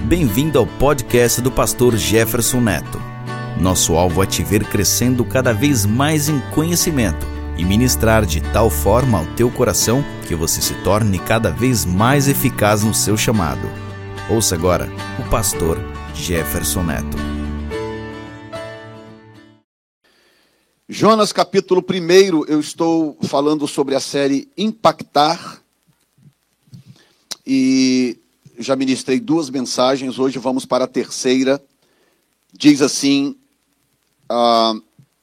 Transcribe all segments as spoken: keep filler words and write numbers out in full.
Bem-vindo ao podcast do pastor Jefferson Neto. Nosso alvo é te ver crescendo cada vez mais em conhecimento e ministrar de tal forma ao teu coração que você se torne cada vez mais eficaz no seu chamado. Ouça agora o pastor Jefferson Neto. Jonas capítulo um, eu estou falando sobre a série Impactar. E já ministrei duas mensagens, hoje vamos para a terceira. Diz assim, uh,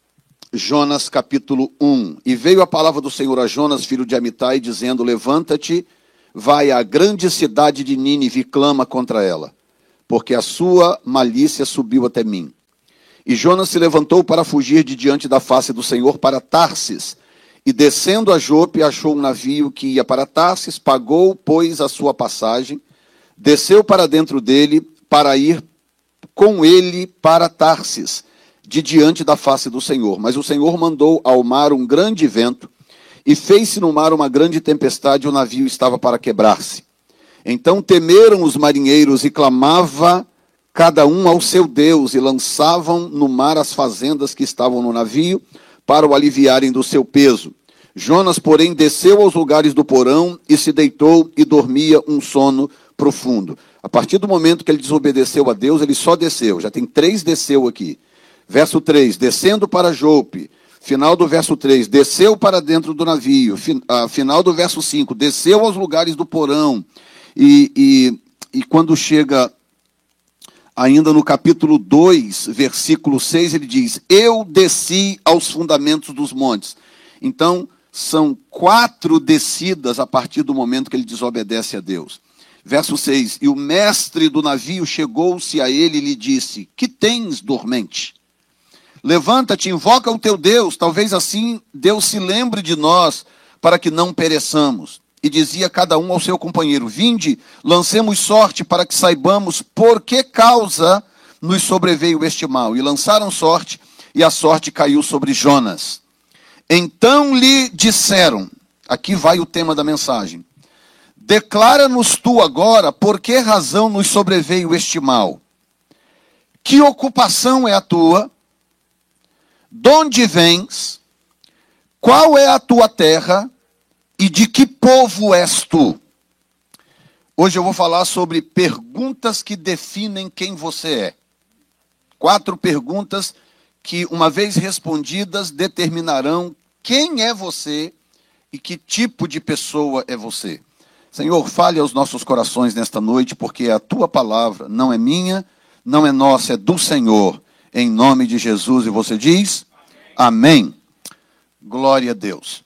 Jonas capítulo um. E veio a palavra do Senhor a Jonas, filho de Amitai, dizendo: levanta-te, vai à grande cidade de Nínive e clama contra ela, porque a sua malícia subiu até mim. E Jonas se levantou para fugir de diante da face do Senhor para Tarsis, e descendo a Jope, achou um navio que ia para Tarsis, pagou, pois, a sua passagem, desceu para dentro dele, para ir com ele para Tarsis, de diante da face do Senhor. Mas o Senhor mandou ao mar um grande vento, e fez-se no mar uma grande tempestade, e o navio estava para quebrar-se. Então temeram os marinheiros, e clamava cada um ao seu Deus, e lançavam no mar as fazendas que estavam no navio, para o aliviarem do seu peso. Jonas, porém, desceu aos lugares do porão, e se deitou e dormia um sono profundo. A partir do momento que ele desobedeceu a Deus, ele só desceu. Já tem três desceu aqui. Verso três, descendo para Jope. Final do verso três, desceu para dentro do navio. Final do verso cinco, desceu aos lugares do porão. E, e, e quando chega ainda no capítulo dois, versículo seis, ele diz: eu desci aos fundamentos dos montes. Então, são quatro descidas a partir do momento que ele desobedece a Deus. Verso seis, e o mestre do navio chegou-se a ele e lhe disse: que tens, dormente? Levanta-te, invoca o teu Deus, talvez assim Deus se lembre de nós, para que não pereçamos. E dizia cada um ao seu companheiro: vinde, lancemos sorte, para que saibamos por que causa nos sobreveio este mal. E lançaram sorte, e a sorte caiu sobre Jonas. Então lhe disseram, aqui vai o tema da mensagem: declara-nos tu agora por que razão nos sobreveio este mal. Que ocupação é a tua? De onde vens? Qual é a tua terra? E de que povo és tu? Hoje eu vou falar sobre perguntas que definem quem você é. Quatro perguntas que, uma vez respondidas, determinarão quem é você e que tipo de pessoa é você. Senhor, fale aos nossos corações nesta noite, porque a tua palavra não é minha, não é nossa, é do Senhor. Em nome de Jesus. E você diz? Amém. Amém. Glória a Deus.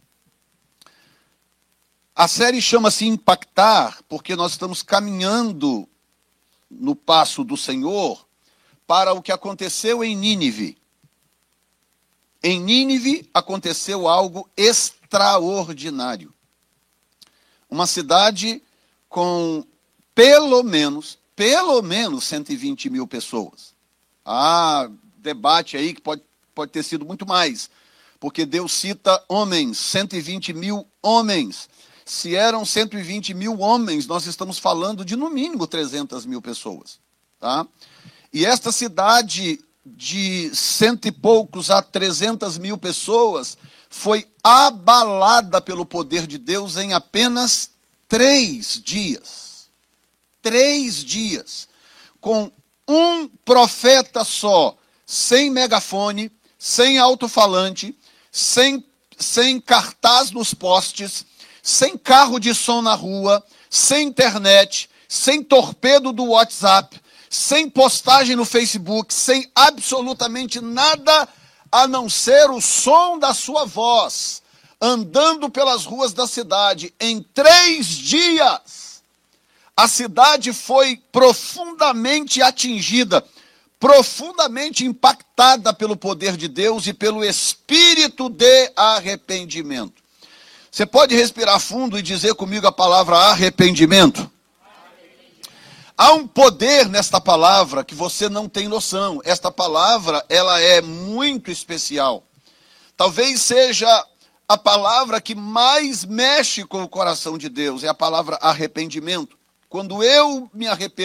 A série chama-se Impactar, porque nós estamos caminhando no passo do Senhor para o que aconteceu em Nínive. Em Nínive aconteceu algo extraordinário. Uma cidade com pelo menos, pelo menos cento e vinte mil pessoas. Há debate aí que pode, pode ter sido muito mais, porque Deus cita homens, cento e vinte mil homens. Se eram cento e vinte mil homens, nós estamos falando de no mínimo trezentas mil pessoas. Tá? E esta cidade de cento e poucos a trezentas mil pessoas foi abalada pelo poder de Deus em apenas três dias. Três dias. Com um profeta só, sem megafone, sem alto-falante, sem, sem cartaz nos postes, sem carro de som na rua, sem internet, sem torpedo do WhatsApp, sem postagem no Facebook, sem absolutamente nada a não ser o som da sua voz, andando pelas ruas da cidade. Em três dias, a cidade foi profundamente atingida, profundamente impactada pelo poder de Deus e pelo espírito de arrependimento. Você pode respirar fundo e dizer comigo a palavra arrependimento? Há um poder nesta palavra que você não tem noção. Esta palavra, ela é muito especial. Talvez seja a palavra que mais mexe com o coração de Deus, é a palavra arrependimento. Quando eu me arrependo,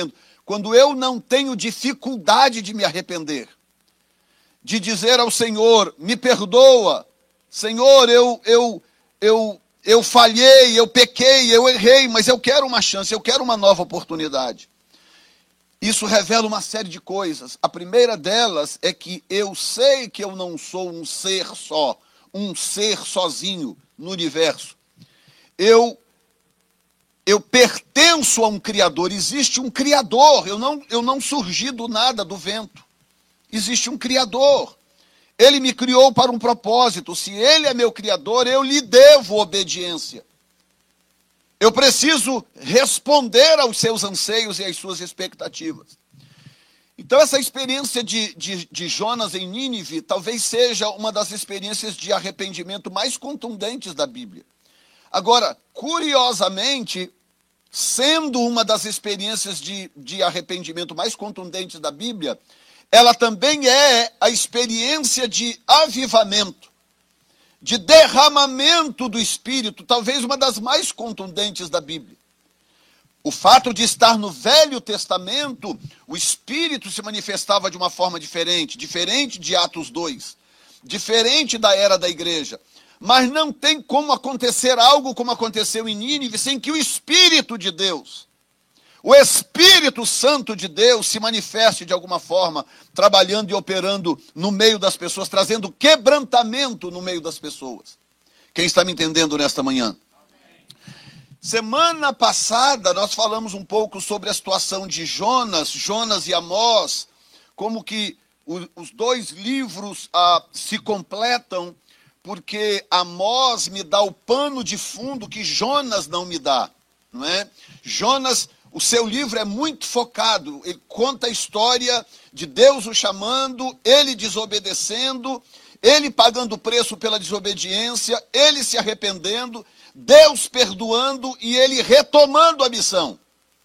quando eu não tenho dificuldade de me arrepender, de dizer ao Senhor, me perdoa, Senhor, eu, eu, eu, eu falhei, eu pequei, eu errei, mas eu quero uma chance, eu quero uma nova oportunidade. Isso revela uma série de coisas. A primeira delas é que eu sei que eu não sou um ser só, um ser sozinho no universo. Eu, eu pertenço a um Criador, existe um Criador, eu não, eu não surgi do nada, do vento. Existe um Criador. Ele me criou para um propósito. Se Ele é meu Criador, eu lhe devo obediência. Eu preciso responder aos seus anseios e às suas expectativas. Então, essa experiência de, de, de Jonas em Nínive talvez seja uma das experiências de arrependimento mais contundentes da Bíblia. Agora, curiosamente, sendo uma das experiências de, de arrependimento mais contundentes da Bíblia, ela também é a experiência de avivamento, de derramamento do Espírito, talvez uma das mais contundentes da Bíblia. O fato de estar no Velho Testamento, o Espírito se manifestava de uma forma diferente, diferente de Atos dois, diferente da era da igreja. Mas não tem como acontecer algo como aconteceu em Nínive, sem que o Espírito de Deus, o Espírito Santo de Deus se manifeste de alguma forma, trabalhando e operando no meio das pessoas, trazendo quebrantamento no meio das pessoas. Quem está me entendendo nesta manhã? Semana passada nós falamos um pouco sobre a situação de Jonas, Jonas e Amós, como que o, os dois livros ah, se completam, porque Amós me dá o pano de fundo que Jonas não me dá, não é? Jonas, o seu livro é muito focado, ele conta a história de Deus o chamando, ele desobedecendo, ele pagando o preço pela desobediência, ele se arrependendo, Deus perdoando e ele retomando a missão.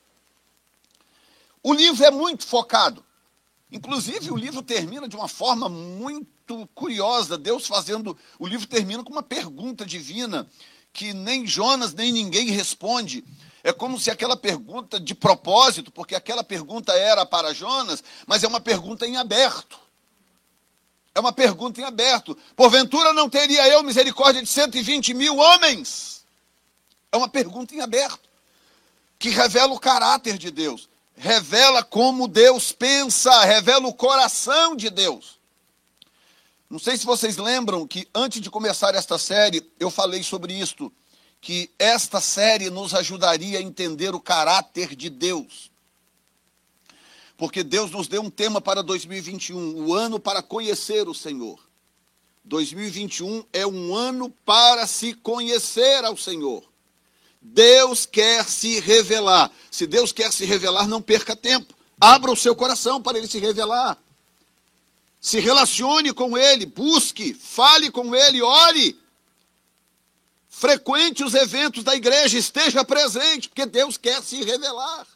O livro é muito focado. Inclusive, o livro termina de uma forma muito curiosa. Deus fazendo... O livro termina com uma pergunta divina que nem Jonas, nem ninguém responde. É como se aquela pergunta de propósito, porque aquela pergunta era para Jonas, mas é uma pergunta em aberto. É uma pergunta em aberto. Porventura não teria eu misericórdia de cento e vinte mil homens? É uma pergunta em aberto, que revela o caráter de Deus, revela como Deus pensa, revela o coração de Deus. Não sei se vocês lembram que antes de começar esta série, eu falei sobre isto, que esta série nos ajudaria a entender o caráter de Deus. Porque Deus nos deu um tema para dois mil e vinte e um, o ano para conhecer o Senhor. dois mil e vinte e um é um ano para se conhecer ao Senhor. Deus quer se revelar. Se Deus quer se revelar, não perca tempo. Abra o seu coração para Ele se revelar. Se relacione com Ele, busque, fale com Ele, ore. Frequente os eventos da igreja, esteja presente, porque Deus quer se revelar.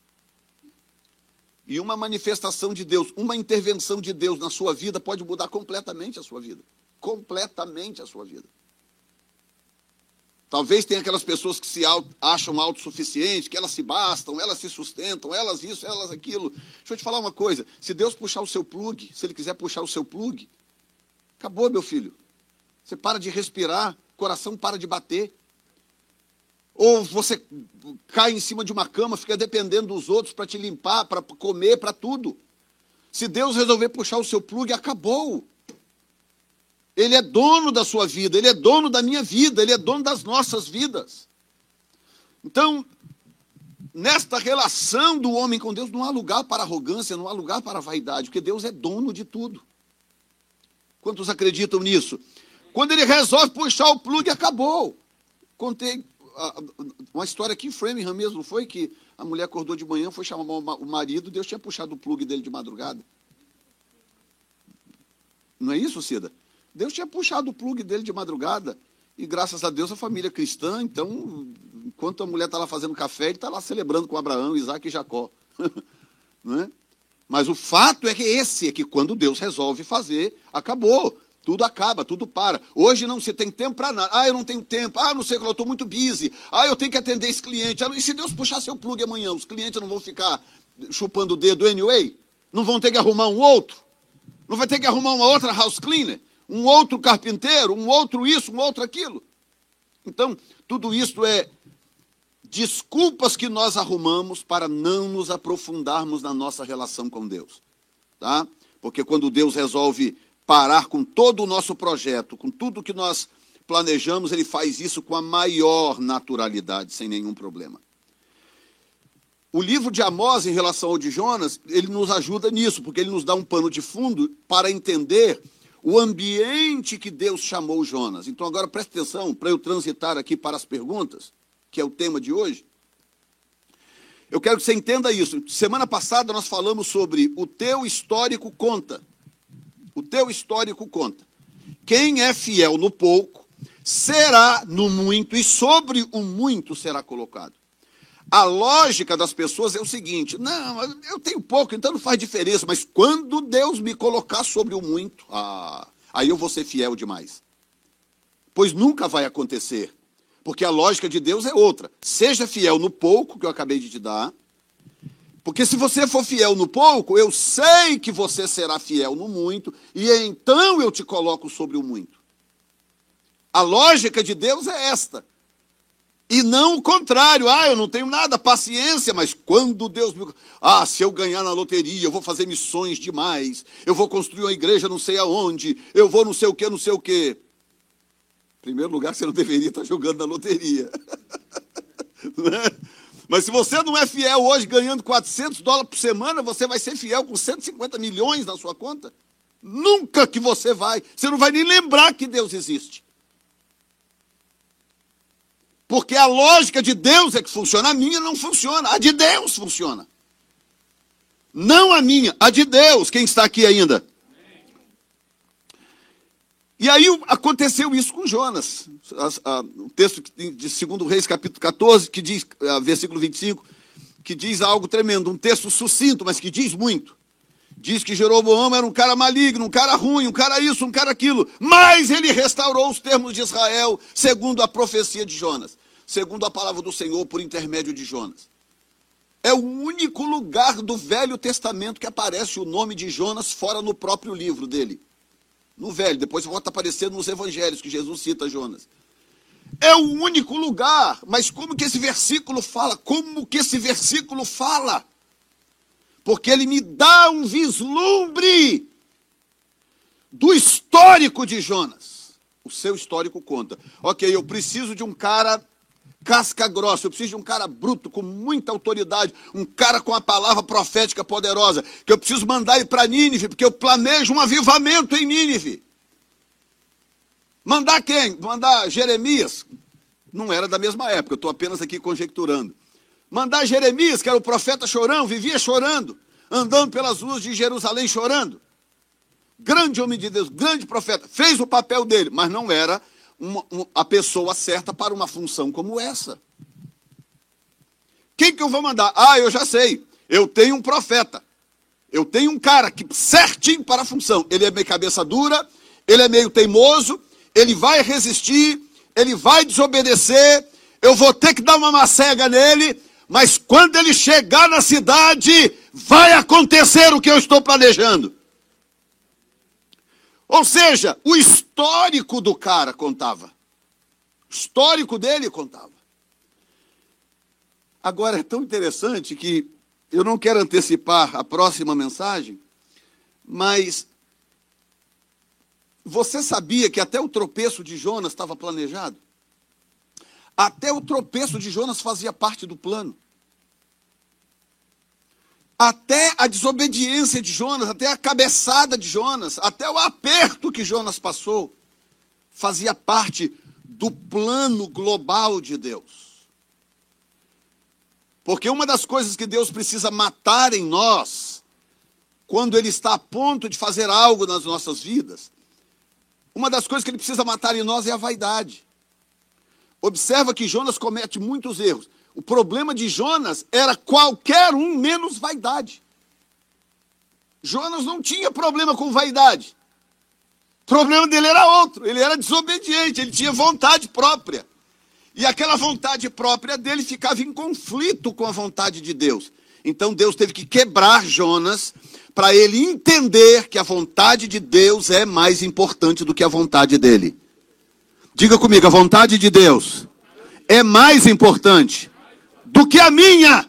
E uma manifestação de Deus, uma intervenção de Deus na sua vida pode mudar completamente a sua vida. Completamente a sua vida. Talvez tenha aquelas pessoas que se acham autossuficientes, que elas se bastam, elas se sustentam, elas isso, elas aquilo. Deixa eu te falar uma coisa, se Deus puxar o seu plug, se Ele quiser puxar o seu plug, acabou, meu filho. Você para de respirar, o coração para de bater. Ou você cai em cima de uma cama, fica dependendo dos outros para te limpar, para comer, para tudo. Se Deus resolver puxar o seu plug, acabou. Ele é dono da sua vida, Ele é dono da minha vida, Ele é dono das nossas vidas. Então, nesta relação do homem com Deus, não há lugar para arrogância, não há lugar para vaidade, porque Deus é dono de tudo. Quantos acreditam nisso? Quando Ele resolve puxar o plug, acabou. Contei uma história aqui em Framingham mesmo, não foi? Que a mulher acordou de manhã, foi chamar o marido, Deus tinha puxado o plug dele de madrugada. Não é isso, Cida? Deus tinha puxado o plug dele de madrugada, e graças a Deus a família cristã, então, enquanto a mulher está lá fazendo café, ele está lá celebrando com Abraão, Isaac e Jacó. Não é? Mas o fato é que esse, é que quando Deus resolve fazer, acabou, tudo acaba, tudo para. Hoje não se tem tempo para nada, ah, eu não tenho tempo, ah, não sei, eu estou muito busy, ah, eu tenho que atender esse cliente, e se Deus puxar seu plug amanhã, os clientes não vão ficar chupando o dedo anyway? Não vão ter que arrumar um outro? Não vai ter que arrumar uma outra house cleaner? Um outro carpinteiro? Um outro isso, um outro aquilo? Então, tudo isso é desculpas que nós arrumamos para não nos aprofundarmos na nossa relação com Deus. Tá? Porque quando Deus resolve parar com todo o nosso projeto, com tudo que nós planejamos, ele faz isso com a maior naturalidade, sem nenhum problema. O livro de Amós, em relação ao de Jonas, ele nos ajuda nisso, porque ele nos dá um pano de fundo para entender o ambiente que Deus chamou Jonas. Então agora preste atenção, para eu transitar aqui para as perguntas, que é o tema de hoje. Eu quero que você entenda isso. Semana passada nós falamos sobre o teu histórico conta. O teu histórico conta. Quem é fiel no pouco, será no muito, e sobre o muito será colocado. A lógica das pessoas é o seguinte: não, eu tenho pouco, então não faz diferença, mas quando Deus me colocar sobre o muito, ah, aí eu vou ser fiel demais. Pois nunca vai acontecer, porque a lógica de Deus é outra. Seja fiel no pouco que eu acabei de te dar, porque se você for fiel no pouco, eu sei que você será fiel no muito, e então eu te coloco sobre o muito. A lógica de Deus é esta. E não o contrário. Ah, eu não tenho nada, paciência, mas quando Deus me... Ah, se eu ganhar na loteria, eu vou fazer missões demais, eu vou construir uma igreja não sei aonde, eu vou não sei o que, não sei o que. Em primeiro lugar, você não deveria estar jogando na loteria. Né? Mas se você não é fiel hoje, ganhando quatrocentos dólares por semana, você vai ser fiel com cento e cinquenta milhões na sua conta? Nunca que você vai. Você não vai nem lembrar que Deus existe. Porque a lógica de Deus é que funciona, a minha não funciona, a de Deus funciona. Não a minha, a de Deus. Quem está aqui ainda? E aí aconteceu isso com Jonas. O texto de segundo Reis, capítulo quatorze, que diz, versículo vinte e cinco, que diz algo tremendo, um texto sucinto, mas que diz muito. Diz que Jeroboão era um cara maligno, um cara ruim, um cara isso, um cara aquilo. Mas ele restaurou os termos de Israel, segundo a profecia de Jonas. Segundo a palavra do Senhor, por intermédio de Jonas. É o único lugar do Velho Testamento que aparece o nome de Jonas fora no próprio livro dele. No Velho, depois volta a aparecer nos Evangelhos, que Jesus cita Jonas. É o único lugar, mas como que esse versículo fala? Como que esse versículo fala? Porque ele me dá um vislumbre do histórico de Jonas. O seu histórico conta. Ok, eu preciso de um cara casca grossa, eu preciso de um cara bruto, com muita autoridade, um cara com a palavra profética poderosa, que eu preciso mandar ele para Nínive, porque eu planejo um avivamento em Nínive. Mandar quem? Mandar Jeremias. Não era da mesma época, eu estou apenas aqui conjecturando. Mandar Jeremias, que era o profeta chorão, vivia chorando, andando pelas ruas de Jerusalém chorando. Grande homem de Deus, grande profeta, fez o papel dele, mas não era uma, uma, a pessoa certa para uma função como essa. Quem que eu vou mandar? Ah, eu já sei, eu tenho um profeta, eu tenho um cara que certinho para a função. Ele é meio cabeça dura, ele é meio teimoso, ele vai resistir, ele vai desobedecer, eu vou ter que dar uma macega nele, mas quando ele chegar na cidade, vai acontecer o que eu estou planejando. Ou seja, o histórico do cara contava. O histórico dele contava. Agora, é tão interessante que eu não quero antecipar a próxima mensagem, mas você sabia que até o tropeço de Jonas estava planejado? Até o tropeço de Jonas fazia parte do plano. Até a desobediência de Jonas, até a cabeçada de Jonas, até o aperto que Jonas passou, fazia parte do plano global de Deus. Porque uma das coisas que Deus precisa matar em nós, quando Ele está a ponto de fazer algo nas nossas vidas, uma das coisas que Ele precisa matar em nós é a vaidade. Observa que Jonas comete muitos erros. O problema de Jonas era qualquer um menos vaidade. Jonas não tinha problema com vaidade. O problema dele era outro. Ele era desobediente, ele tinha vontade própria. E aquela vontade própria dele ficava em conflito com a vontade de Deus. Então Deus teve que quebrar Jonas para ele entender que a vontade de Deus é mais importante do que a vontade dele. Diga comigo, a vontade de Deus é mais importante do que a minha.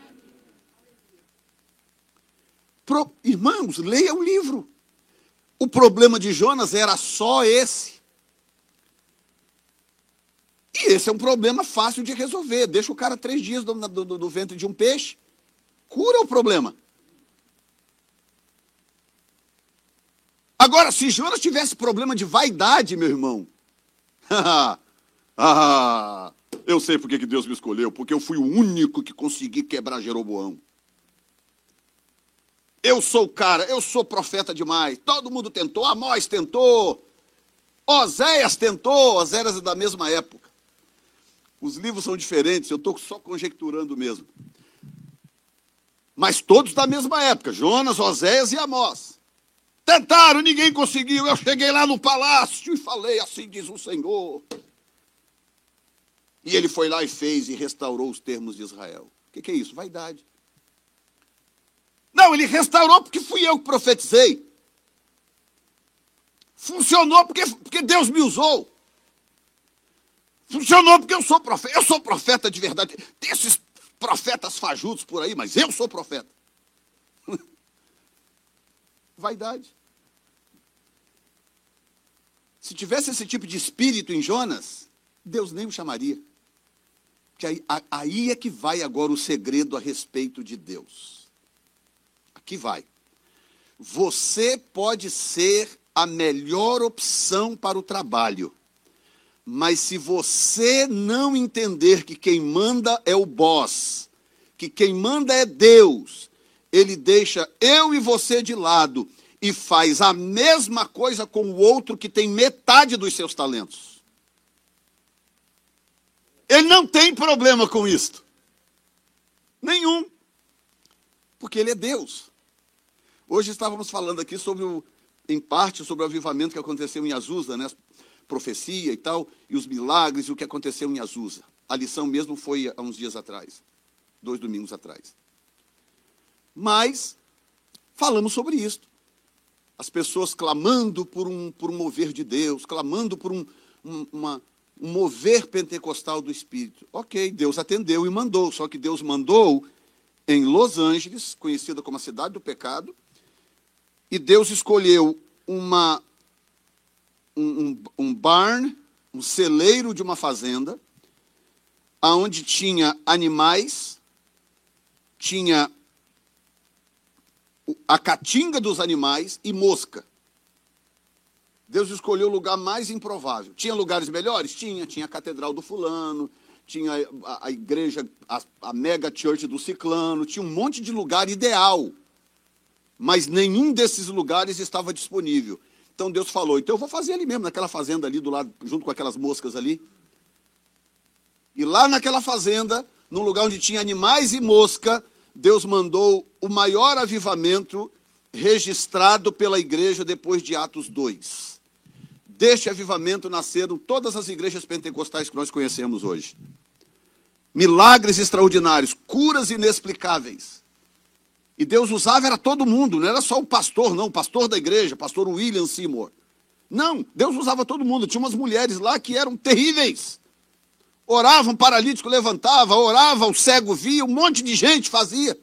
Pro... Irmãos, leia o livro. O problema de Jonas era só esse. E esse é um problema fácil de resolver. Deixa o cara três dias do, do, do ventre de um peixe. Cura o problema. Agora, se Jonas tivesse problema de vaidade, meu irmão. ah, eu sei porque que Deus me escolheu. Porque eu fui o único que consegui quebrar Jeroboão. Eu sou o cara, eu sou profeta demais. Todo mundo tentou, Amós tentou. Oséias tentou. Oséias é da mesma época. Os livros são diferentes, eu estou só conjecturando mesmo. Mas todos da mesma época, Jonas, Oséias e Amós. Tentaram, ninguém conseguiu. Eu cheguei lá no palácio e falei, assim diz o Senhor. E ele foi lá e fez e restaurou os termos de Israel. O que, que é isso? Vaidade. Não, ele restaurou porque fui eu que profetizei. Funcionou porque, porque Deus me usou. Funcionou porque eu sou profeta. Eu sou profeta de verdade. Tem esses profetas fajutos por aí, mas eu sou profeta. Vaidade. Se tivesse esse tipo de espírito em Jonas, Deus nem o chamaria. Porque aí, aí é que vai agora o segredo a respeito de Deus. Aqui vai. Você pode ser a melhor opção para o trabalho. Mas se você não entender que quem manda é o boss, que quem manda é Deus, ele deixa eu e você de lado e faz a mesma coisa com o outro que tem metade dos seus talentos. Ele não tem problema com isto. Nenhum. Porque ele é Deus. Hoje estávamos falando aqui sobre o, em parte sobre o avivamento que aconteceu em Azusa, né? Profecia e tal, e os milagres e o que aconteceu em Azusa. A lição mesmo foi há uns dias atrás, dois domingos atrás. Mas falamos sobre isso. As pessoas clamando por um, por um mover de Deus, clamando por um, um, uma, um mover pentecostal do Espírito. Ok, Deus atendeu e mandou, só que Deus mandou em Los Angeles, conhecida como a cidade do pecado, e Deus escolheu uma... Um, um, um barn, um celeiro de uma fazenda, onde tinha animais, tinha a caatinga dos animais e mosca. Deus escolheu o lugar mais improvável. Tinha lugares melhores? Tinha. Tinha a catedral do fulano, tinha a, a igreja, a, a mega church do ciclano, tinha um monte de lugar ideal. Mas nenhum desses lugares estava disponível. Então Deus falou, então eu vou fazer ali mesmo, naquela fazenda ali do lado, junto com aquelas moscas ali. E lá naquela fazenda, num lugar onde tinha animais e mosca, Deus mandou o maior avivamento registrado pela igreja depois de Atos dois. Deste avivamento nasceram todas as igrejas pentecostais que nós conhecemos hoje. Milagres extraordinários, curas inexplicáveis. E Deus usava, era todo mundo, não era só o pastor, não, o pastor da igreja, pastor William Seymour. Não, Deus usava todo mundo. Tinha umas mulheres lá que eram terríveis. Oravam, paralítico levantava, orava, o cego via, um monte de gente fazia.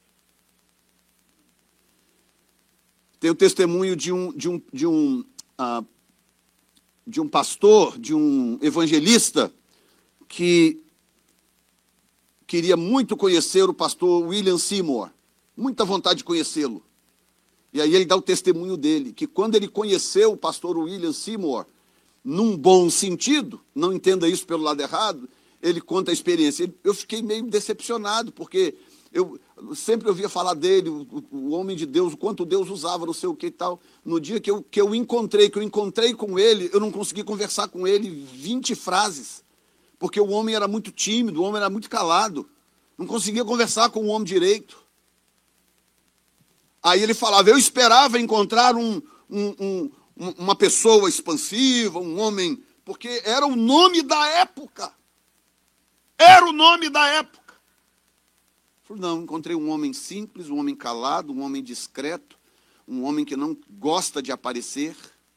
Tem o testemunho de um, de um, de um, uh, de um pastor, de um evangelista, que queria muito conhecer o pastor William Seymour. Muita vontade de conhecê-lo. E aí ele dá o testemunho dele, que quando ele conheceu o pastor William Seymour, num bom sentido, não entenda isso pelo lado errado, ele conta a experiência. Eu fiquei meio decepcionado, porque eu sempre ouvia falar dele, o, o homem de Deus, o quanto Deus usava, não sei o que e tal. No dia que eu, que eu encontrei, que eu encontrei com ele, eu não consegui conversar com ele vinte frases, porque o homem era muito tímido, o homem era muito calado, não conseguia conversar com o homem direito. Aí ele falava, eu esperava encontrar um, um, um, uma pessoa expansiva, um homem, porque era o nome da época. Era o nome da época. Falou, não, encontrei um homem simples, um homem calado, um homem discreto, um homem que não gosta de aparecer.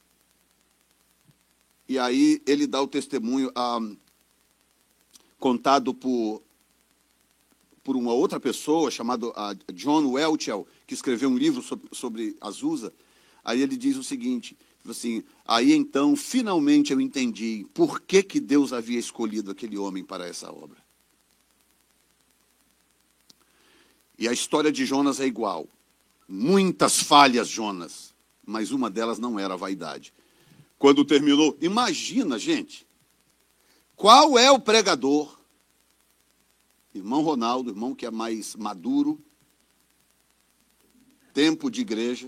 E aí ele dá o testemunho ah, contado por, por uma outra pessoa, chamada ah, John Welchel, que escreveu um livro sobre, sobre Azusa. Aí ele diz o seguinte, assim, aí então, finalmente eu entendi por que, que Deus havia escolhido aquele homem para essa obra. E a história de Jonas é igual. Muitas falhas, Jonas, mas uma delas não era a vaidade. Quando terminou, imagina, gente, qual é o pregador, irmão Ronaldo, irmão que é mais maduro, tempo de igreja,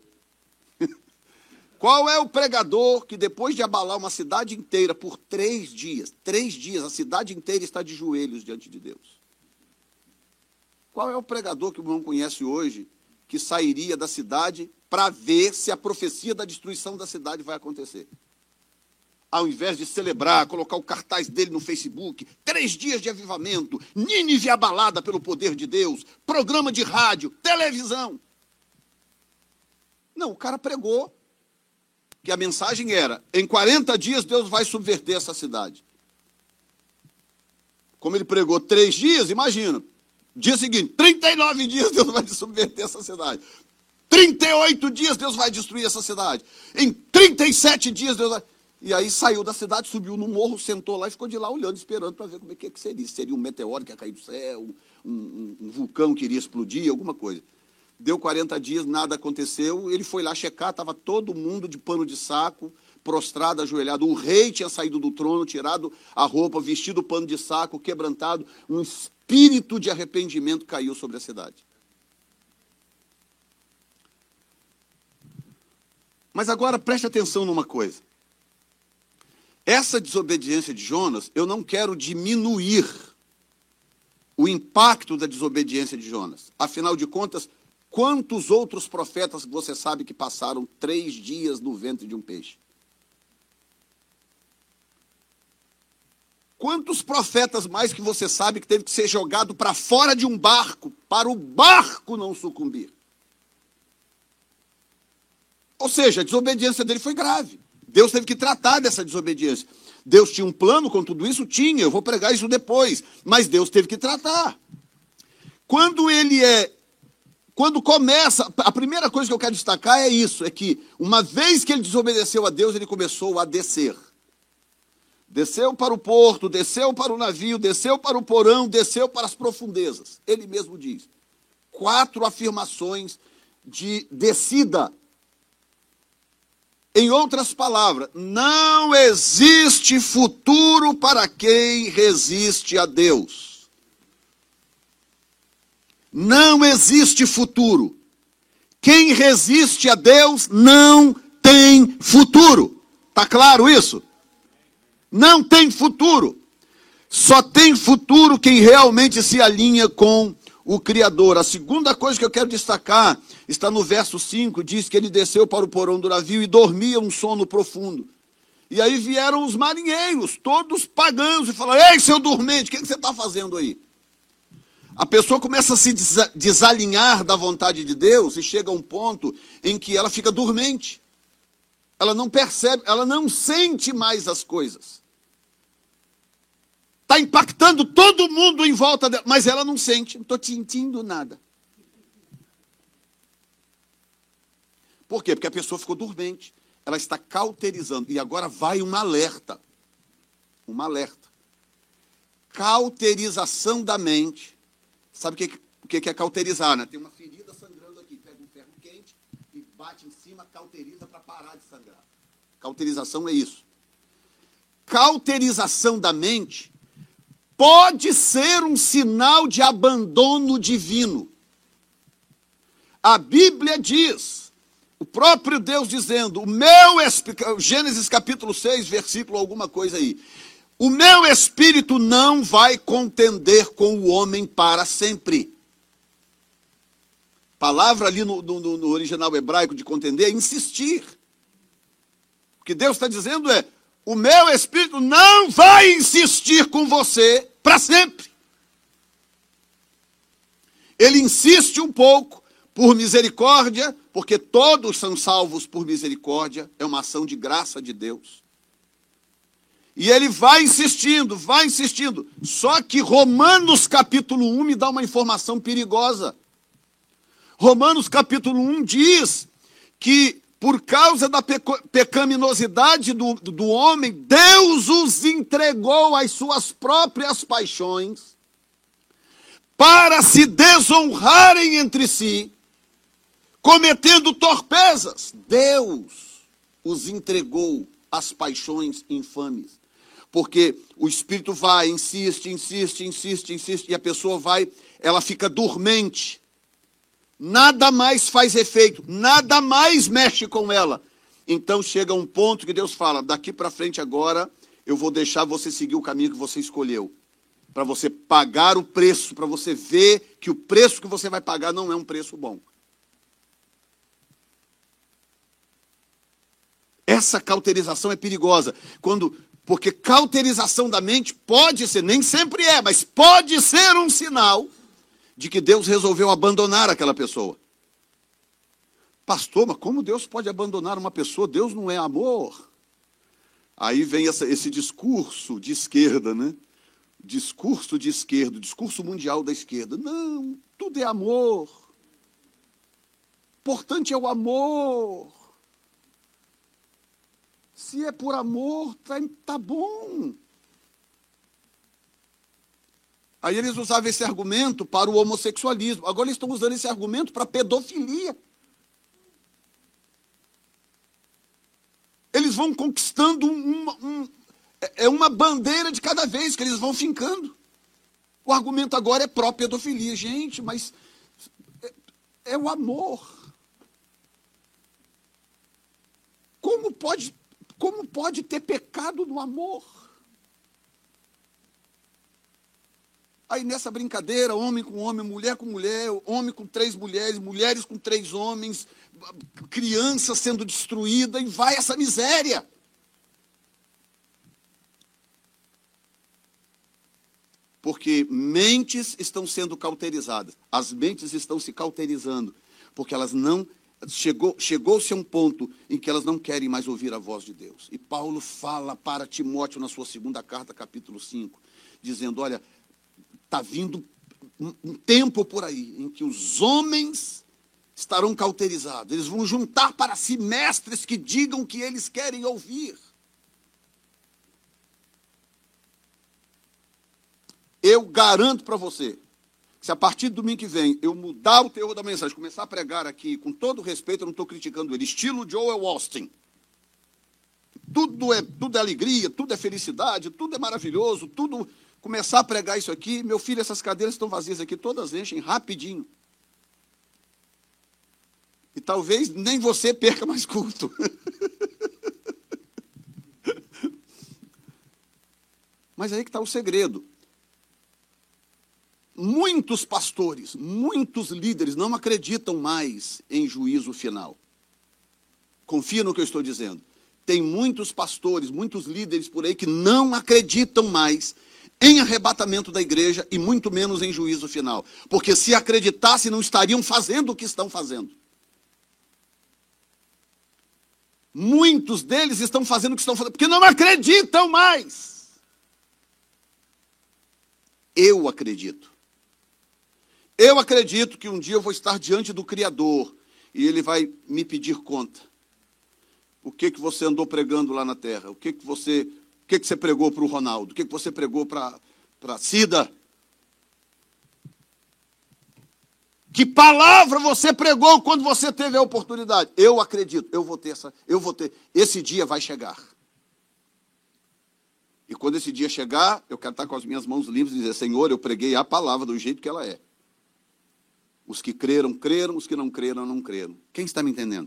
qual é o pregador que depois de abalar uma cidade inteira por três dias, três dias, a cidade inteira está de joelhos diante de Deus? Qual é o pregador que o irmão conhece hoje que sairia da cidade para ver se a profecia da destruição da cidade vai acontecer? Ao invés de celebrar, colocar o cartaz dele no Facebook, três dias de avivamento, Nínive abalada pelo poder de Deus, programa de rádio, televisão. Não, o cara pregou que a mensagem era, em quarenta dias Deus vai subverter essa cidade. Como ele pregou três dias, imagina, dia seguinte, trinta e nove dias Deus vai subverter essa cidade. trinta e oito dias Deus vai destruir essa cidade. Em trinta e sete dias Deus vai... E aí saiu da cidade, subiu no morro, sentou lá e ficou de lá olhando, esperando para ver como é que seria. Seria um meteoro que ia cair do céu, um, um, um vulcão que iria explodir, alguma coisa. Deu quarenta dias, nada aconteceu, ele foi lá checar, estava todo mundo de pano de saco, prostrado, ajoelhado. O rei tinha saído do trono, tirado a roupa, vestido o pano de saco, quebrantado. Um espírito de arrependimento caiu sobre a cidade. Mas agora preste atenção numa coisa. Essa desobediência de Jonas, eu não quero diminuir o impacto da desobediência de Jonas. Afinal de contas, quantos outros profetas você sabe que passaram três dias no ventre de um peixe? Quantos profetas mais que você sabe que teve que ser jogado para fora de um barco, para o barco não sucumbir? Ou seja, a desobediência dele foi grave. Deus teve que tratar dessa desobediência. Deus tinha um plano com tudo isso? Tinha, eu vou pregar isso depois. Mas Deus teve que tratar. Quando ele é... Quando começa... A primeira coisa que eu quero destacar é isso, é que uma vez que ele desobedeceu a Deus, ele começou a descer. Desceu para o porto, desceu para o navio, desceu para o porão, desceu para as profundezas. Ele mesmo diz. Quatro afirmações de descida. Em outras palavras, não existe futuro para quem resiste a Deus. Não existe futuro. Quem resiste a Deus não tem futuro. Está claro isso? Não tem futuro. Só tem futuro quem realmente se alinha com o Criador. A segunda coisa que eu quero destacar está no verso cinco, diz que ele desceu para o porão do navio e dormia um sono profundo. E aí vieram os marinheiros, todos pagãos, e falaram, ei, seu dormente, o que você está fazendo aí? A pessoa começa a se desalinhar da vontade de Deus e chega a um ponto em que ela fica dormente. Ela não percebe, ela não sente mais as coisas. Está impactando todo mundo em volta dela, mas ela não sente, não estou sentindo nada. Por quê? Porque a pessoa ficou dormente. Ela está cauterizando. E agora vai um alerta. Um alerta. Cauterização da mente. Sabe o que, o que é cauterizar, né? Tem uma ferida sangrando aqui. Pega um ferro quente e bate em cima, cauteriza para parar de sangrar. Cauterização é isso. Cauterização da mente pode ser um sinal de abandono divino. A Bíblia diz, o próprio Deus dizendo, o meu espírito, Gênesis capítulo seis, versículo alguma coisa aí, o meu espírito não vai contender com o homem para sempre. Palavra ali no, no, no original hebraico de contender é insistir. O que Deus está dizendo é, o meu espírito não vai insistir com você para sempre. ele insiste um pouco, por misericórdia, porque todos são salvos por misericórdia, é uma ação de graça de Deus. E ele vai insistindo, vai insistindo. Só que Romanos capítulo um me dá uma informação perigosa. Romanos capítulo um diz que por causa da pecaminosidade do, do homem, Deus os entregou às suas próprias paixões para se desonrarem entre si, cometendo torpezas. Deus os entregou às paixões infames. Porque o espírito vai, insiste, insiste, insiste, insiste, e a pessoa vai, ela fica dormente. Nada mais faz efeito, nada mais mexe com ela. Então chega um ponto que Deus fala, daqui para frente agora, eu vou deixar você seguir o caminho que você escolheu. Para você pagar o preço, para você ver que o preço que você vai pagar não é um preço bom. Essa cauterização é perigosa, quando, porque cauterização da mente pode ser, nem sempre é, mas pode ser um sinal de que Deus resolveu abandonar aquela pessoa. Pastor, mas como Deus pode abandonar uma pessoa? Deus não é amor. Aí vem essa, esse discurso de esquerda, né? Discurso de esquerda, discurso mundial da esquerda. Não, tudo é amor. Importante é o amor. Se é por amor, tá, tá bom. Aí eles usavam esse argumento para o homossexualismo. Agora eles estão usando esse argumento para a pedofilia. Eles vão conquistando uma, um, é uma bandeira de cada vez que eles vão fincando. O argumento agora é pró-pedofilia. Gente, mas é, é o amor. Como pode, como pode ter pecado no amor? Aí nessa brincadeira, homem com homem, mulher com mulher, homem com três mulheres, mulheres com três homens, criança sendo destruída, e vai essa miséria. Porque mentes estão sendo cauterizadas, as mentes estão se cauterizando, porque elas não, chegou, chegou-se a um ponto em que elas não querem mais ouvir a voz de Deus. E Paulo fala para Timóteo na sua segunda carta, capítulo cinco, dizendo, olha, está vindo um tempo por aí em que os homens estarão cauterizados. Eles vão juntar para si mestres que digam o que eles querem ouvir. Eu garanto para você que se a partir do domingo que vem eu mudar o teor da mensagem, começar a pregar aqui, com todo respeito, eu não estou criticando ele, estilo Joel Austin. Tudo é, tudo é alegria, tudo é felicidade, tudo é maravilhoso, tudo... Começar a pregar isso aqui, meu filho, essas cadeiras estão vazias aqui, todas enchem rapidinho. E talvez nem você perca mais culto. Mas aí que está o segredo. Muitos pastores, muitos líderes não acreditam mais em juízo final. Confia no que eu estou dizendo. Tem muitos pastores, muitos líderes por aí que não acreditam mais em arrebatamento da igreja e muito menos em juízo final. Porque se acreditassem, não estariam fazendo o que estão fazendo. Muitos deles estão fazendo o que estão fazendo, porque não acreditam mais. Eu acredito. Eu acredito que um dia eu vou estar diante do Criador e Ele vai me pedir conta. O que que você andou pregando lá na terra? O que que você, o que que você pregou para o Ronaldo? O que que você pregou para para Cida? Que palavra você pregou quando você teve a oportunidade? Eu acredito, eu vou ter essa, eu vou ter. Esse dia vai chegar. E quando esse dia chegar, eu quero estar com as minhas mãos livres e dizer, Senhor, eu preguei a palavra do jeito que ela é. Os que creram, creram, os que não creram, não creram. Quem está me entendendo?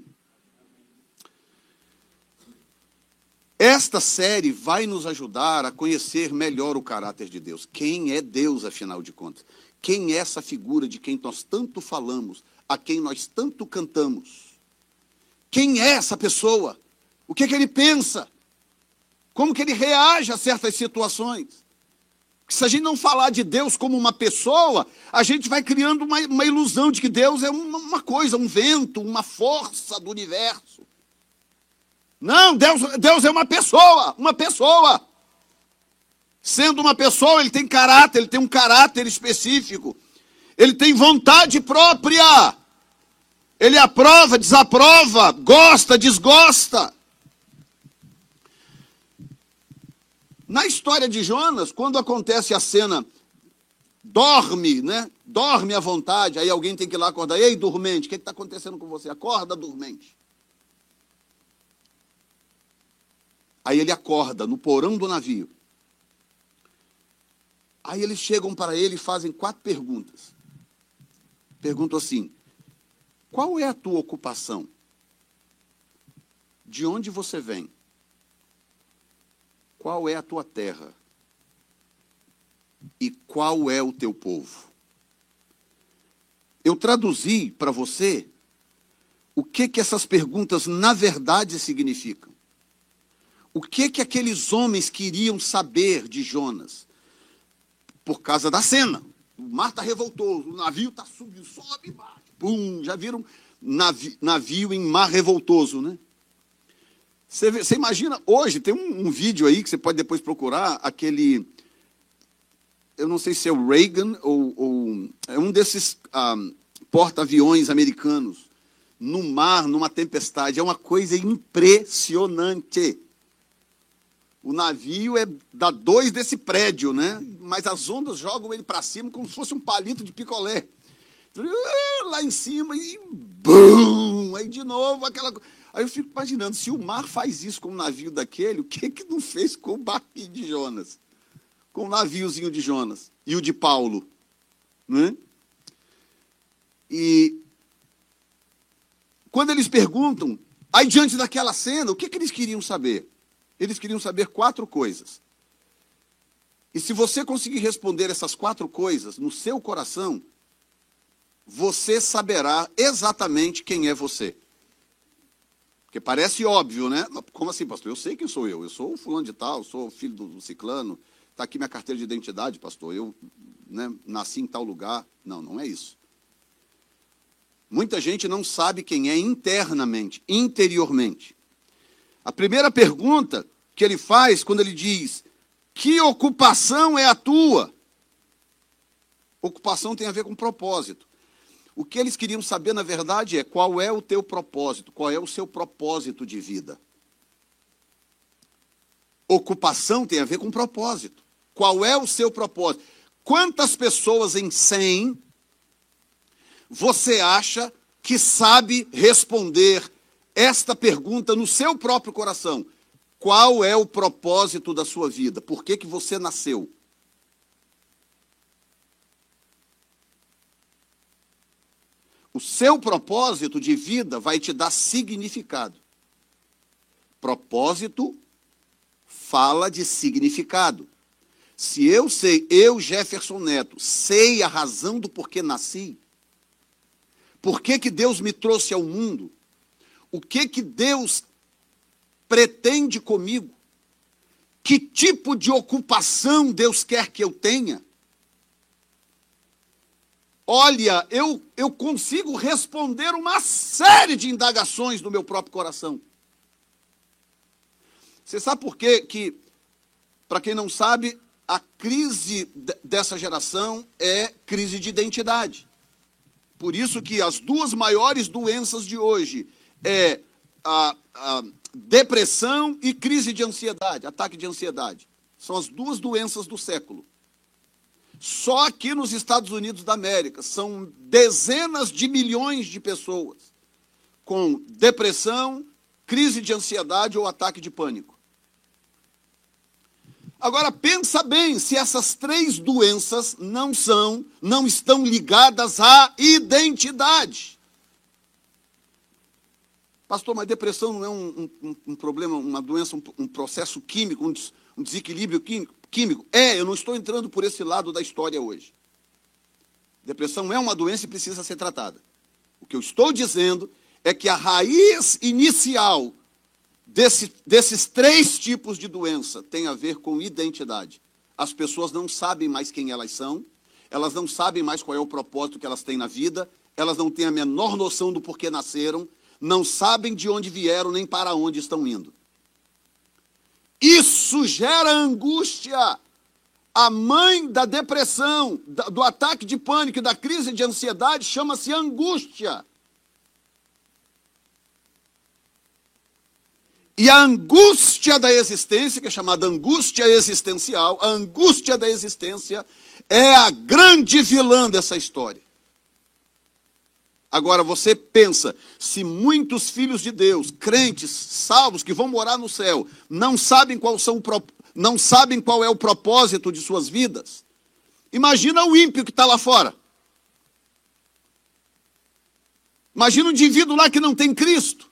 Esta série vai nos ajudar a conhecer melhor o caráter de Deus. Quem é Deus, afinal de contas? Quem é essa figura de quem nós tanto falamos, a quem nós tanto cantamos? Quem é essa pessoa? O que é que ele pensa? Como que ele reage a certas situações? Se a gente não falar de Deus como uma pessoa, a gente vai criando uma, uma ilusão de que Deus é uma, uma coisa, um vento, uma força do universo. Não, Deus, Deus é uma pessoa, uma pessoa. Sendo uma pessoa, ele tem caráter, ele tem um caráter específico. Ele tem vontade própria. Ele aprova, desaprova, gosta, desgosta. Na história de Jonas, quando acontece a cena, dorme, né? Dorme à vontade, aí alguém tem que ir lá acordar. Ei, dormente, o que está acontecendo com você? Acorda, dormente. Aí ele acorda no porão do navio. Aí eles chegam para ele e fazem quatro perguntas. Perguntam assim: qual é a tua ocupação? De onde você vem? Qual é a tua terra? E qual é o teu povo? Eu traduzi para você o que que essas perguntas na verdade significam. O que que aqueles homens queriam saber de Jonas? Por causa da cena. O mar está revoltoso, o navio está subindo, sobe e bate. Pum, já viram navio, navio em mar revoltoso, né? Você, vê, você imagina, hoje, tem um, um vídeo aí que você pode depois procurar, aquele, eu não sei se é o Reagan ou, ou é um desses ah, porta-aviões americanos, no mar, numa tempestade. É uma coisa impressionante. O navio é da dois desse prédio, né? Mas as ondas jogam ele para cima como se fosse um palito de picolé. Lá em cima e bum! Aí de novo aquela coisa. Aí eu fico imaginando, se o mar faz isso com um navio daquele, o que que não fez com o barquinho de Jonas? Com o naviozinho de Jonas e o de Paulo, né? E quando eles perguntam, aí diante daquela cena, o que que eles queriam saber? Eles queriam saber quatro coisas. E se você conseguir responder essas quatro coisas no seu coração, você saberá exatamente quem é você. Porque parece óbvio, né? Como assim, pastor? Eu sei quem sou eu. Eu sou o fulano de tal, sou filho do ciclano. Está aqui minha carteira de identidade, pastor. Eu, né, nasci em tal lugar. Não, não é isso. Muita gente não sabe quem é internamente, interiormente. A primeira pergunta que ele faz quando ele diz: que ocupação é a tua? Ocupação tem a ver com propósito. O que eles queriam saber, na verdade, é qual é o teu propósito, qual é o seu propósito de vida. Ocupação tem a ver com propósito. Qual é o seu propósito? Quantas pessoas em cem você acha que sabe responder esta pergunta no seu próprio coração? Qual é o propósito da sua vida? Por que que você nasceu? O seu propósito de vida vai te dar significado. Propósito fala de significado. Se eu sei, eu, Jefferson Neto, sei a razão do porquê nasci, por que que Deus me trouxe ao mundo, o que que Deus pretende comigo, que tipo de ocupação Deus quer que eu tenha, olha, eu, eu consigo responder uma série de indagações no meu próprio coração. Você sabe por quê que, para quem não sabe, a crise dessa geração é crise de identidade. Por isso que as duas maiores doenças de hoje é a, a depressão e crise de ansiedade, ataque de ansiedade. São as duas doenças do século. Só aqui nos Estados Unidos da América são dezenas de milhões de pessoas com depressão, crise de ansiedade ou ataque de pânico. Agora pensa bem se essas três doenças não são, não estão ligadas à identidade. Pastor, mas depressão não é um, um, um problema, uma doença, um, um processo químico, um, des, um desequilíbrio químico? Químico. É, eu não estou entrando por esse lado da história hoje. Depressão é uma doença e precisa ser tratada. O que eu estou dizendo é que a raiz inicial desse, desses três tipos de doença tem a ver com identidade. as pessoas não sabem mais quem elas são, elas não sabem mais qual é o propósito que elas têm na vida, elas não têm a menor noção do porquê nasceram, não sabem de onde vieram nem para onde estão indo. Isso gera angústia. A mãe da depressão, do ataque de pânico e da crise de ansiedade chama-se angústia. E a angústia da existência, que é chamada angústia existencial, a angústia da existência é a grande vilã dessa história. Agora você pensa, se muitos filhos de Deus, crentes, salvos, que vão morar no céu, não sabem qual são, não sabem qual é o propósito de suas vidas, imagina o ímpio que está lá fora. Imagina um indivíduo lá que não tem Cristo.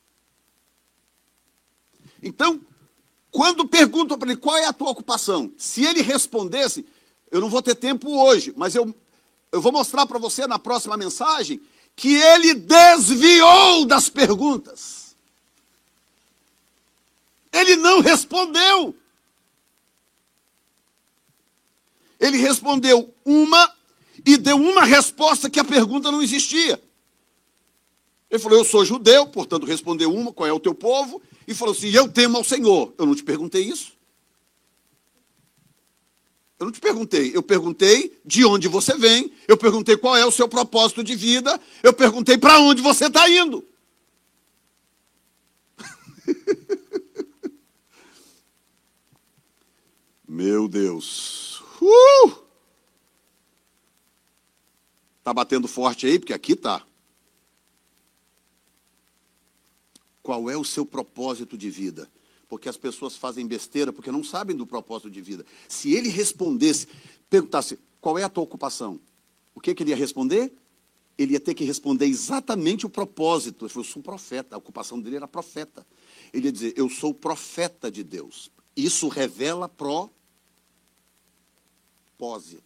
Então, quando perguntam para ele qual é a tua ocupação, se ele respondesse, eu não vou ter tempo hoje, mas eu, eu vou mostrar para você na próxima mensagem que ele desviou das perguntas. Ele não respondeu. Ele respondeu uma e deu uma resposta que a pergunta não existia. Ele falou, eu sou judeu, portanto respondeu uma, qual é o teu povo? E falou assim, eu temo ao Senhor. Eu não te perguntei isso. Eu não te perguntei. Eu perguntei de onde você vem. Eu perguntei qual é o seu propósito de vida. Eu perguntei para onde você está indo. Meu Deus. Uh! Tá batendo forte aí? Porque aqui tá. Qual é o seu propósito de vida? Porque as pessoas fazem besteira porque não sabem do propósito de vida. Se ele respondesse, perguntasse, qual é a tua ocupação? O que, que ele ia responder? Ele ia ter que responder exatamente o propósito. Ele falou, eu sou um profeta. A ocupação dele era profeta. Ele ia dizer, eu sou profeta de Deus. Isso revela propósito.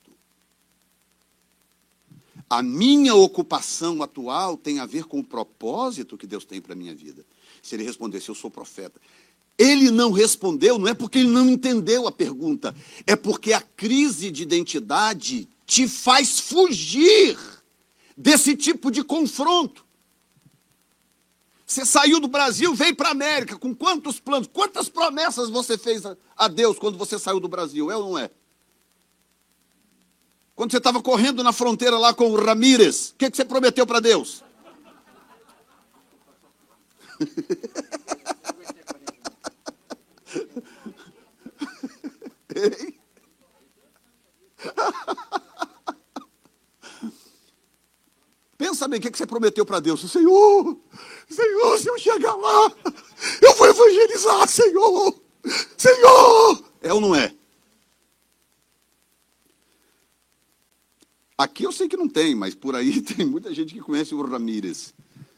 A minha ocupação atual tem a ver com o propósito que Deus tem para a minha vida. Se ele respondesse, eu sou profeta. Ele não respondeu, não é porque ele não entendeu a pergunta, é porque a crise de identidade te faz fugir desse tipo de confronto. Você saiu do Brasil, veio para a América, com quantos planos, quantas promessas você fez a Deus quando você saiu do Brasil, é ou não é? Quando você estava correndo na fronteira lá com o Ramírez, o que, que você prometeu para Deus? Pensa bem, o que, que você prometeu para Deus? Senhor, Senhor, se eu chegar lá, eu vou evangelizar, Senhor, Senhor. É ou não é? Aqui eu sei que não tem, mas por aí tem muita gente que conhece o Ramírez.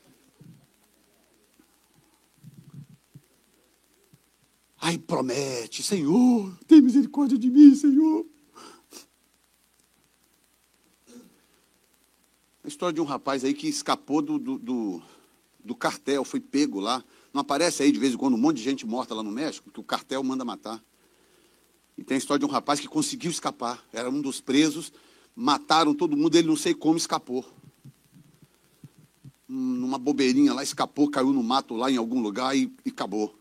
Aí promete, Senhor, tem misericórdia de mim, Senhor. A história de um rapaz aí que escapou do, do, do, do cartel, foi pego lá. Não aparece aí de vez em quando um monte de gente morta lá no México, que o cartel manda matar. E tem a história de um rapaz que conseguiu escapar. Era um dos presos, mataram todo mundo, ele não sei como escapou. Numa bobeirinha lá, escapou, caiu no mato lá em algum lugar e, e acabou.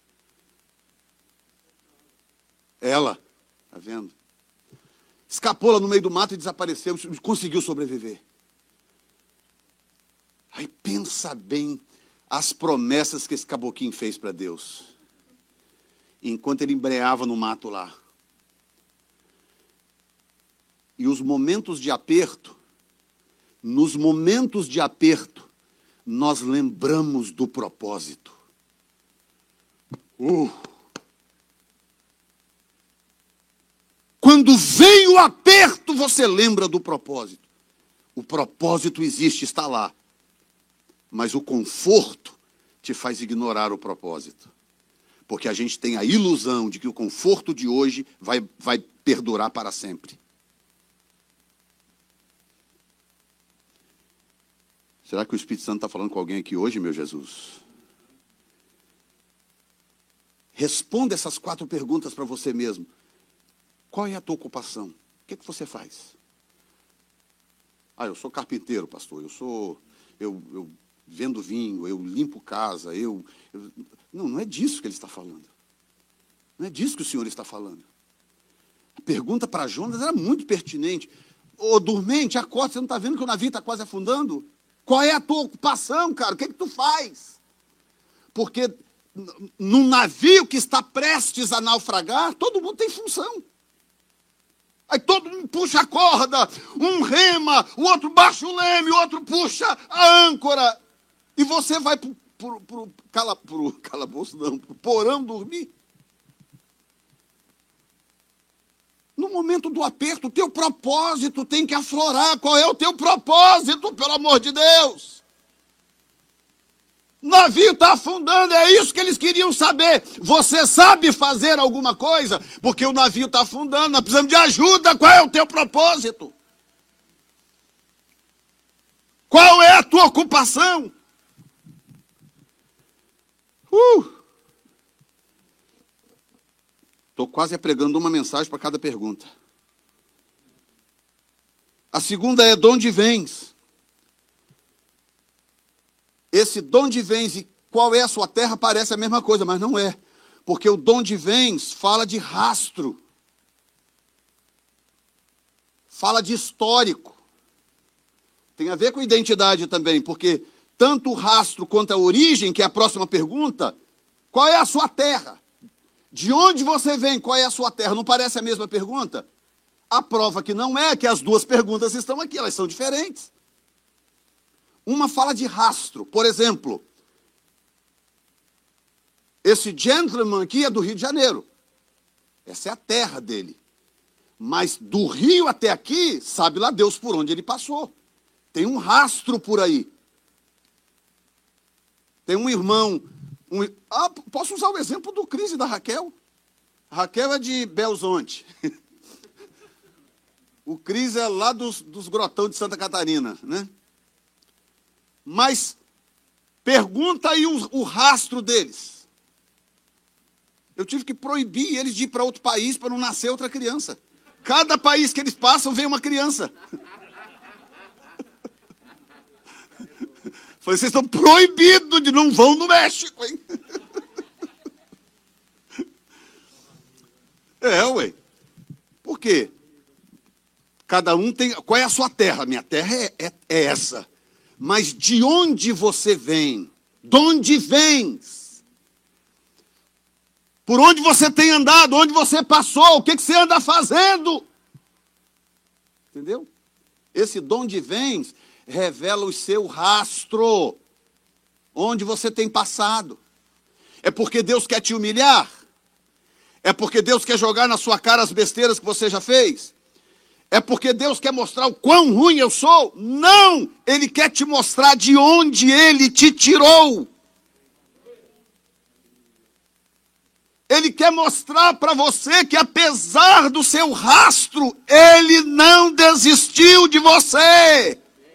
Ela, tá vendo? Escapou lá no meio do mato e desapareceu, conseguiu sobreviver. Aí pensa bem as promessas que esse caboquinho fez para Deus. Enquanto ele embreava no mato lá. E os momentos de aperto, nos momentos de aperto, nós lembramos do propósito. Uh! Quando vem o aperto, você lembra do propósito. O propósito existe, está lá. Mas o conforto te faz ignorar o propósito. Porque a gente tem a ilusão de que o conforto de hoje vai, vai perdurar para sempre. Será que o Espírito Santo está falando com alguém aqui hoje, meu Jesus? Responda essas quatro perguntas para você mesmo. Qual é a tua ocupação? O que, é que você faz? Ah, eu sou carpinteiro, pastor. Eu sou... Eu, eu vendo vinho, eu limpo casa, eu, eu... Não, não é disso que ele está falando. Não é disso que o Senhor está falando. A pergunta para Jonas era muito pertinente. Ô, dormente, acorda, você não está vendo que o navio está quase afundando? Qual é a tua ocupação, cara? O que é que tu faz? Porque num navio que está prestes a naufragar, todo mundo tem função. Aí todo mundo puxa a corda, um rema, o outro baixa o leme, o outro puxa a âncora. E você vai para o cala, calabouço, não, para o porão dormir. No momento do aperto, o teu propósito tem que aflorar. Qual é o teu propósito, pelo amor de Deus? O navio está afundando, é isso que eles queriam saber. Você sabe fazer alguma coisa? Porque o navio está afundando, nós precisamos de ajuda. Qual é o teu propósito? Qual é a tua ocupação? Estou uh! quase pregando uma mensagem para cada pergunta. A segunda é: de onde vens? Esse de onde vens e qual é a sua terra parece a mesma coisa, mas não é. Porque o de onde vens fala de rastro. Fala de histórico. Tem a ver com identidade também, porque tanto o rastro quanto a origem, que é a próxima pergunta, qual é a sua terra? De onde você vem? Qual é a sua terra? Não parece a mesma pergunta? A prova que não é que as duas perguntas estão aqui, elas são diferentes. Uma fala de rastro. Por exemplo, esse gentleman aqui é do Rio de Janeiro. Essa é a terra dele. Mas do Rio até aqui, sabe lá Deus por onde ele passou. Tem um rastro por aí. Tem um irmão... Um, ah, posso usar o exemplo do Cris e da Raquel? A Raquel é de Belzonte. O Cris é lá dos, dos grotão de Santa Catarina, né? Mas pergunta aí o, o rastro deles. Eu tive que proibir eles de ir para outro país para não nascer outra criança. Cada país que eles passam vem uma criança. Falei, vocês estão proibidos de não vão no México, hein? É, ué. Por quê? Cada um tem... Qual é a sua terra? Minha terra é, é, é essa. Mas de onde você vem? De onde vens? Por onde você tem andado? Onde você passou? O que, que você anda fazendo? Entendeu? Esse de onde vens revela o seu rastro. Onde você tem passado. É porque Deus quer te humilhar? É porque Deus quer jogar na sua cara as besteiras que você já fez? É porque Deus quer mostrar o quão ruim eu sou? Não! Ele quer te mostrar de onde Ele te tirou. Ele quer mostrar para você que apesar do seu rastro, Ele não desistiu de você.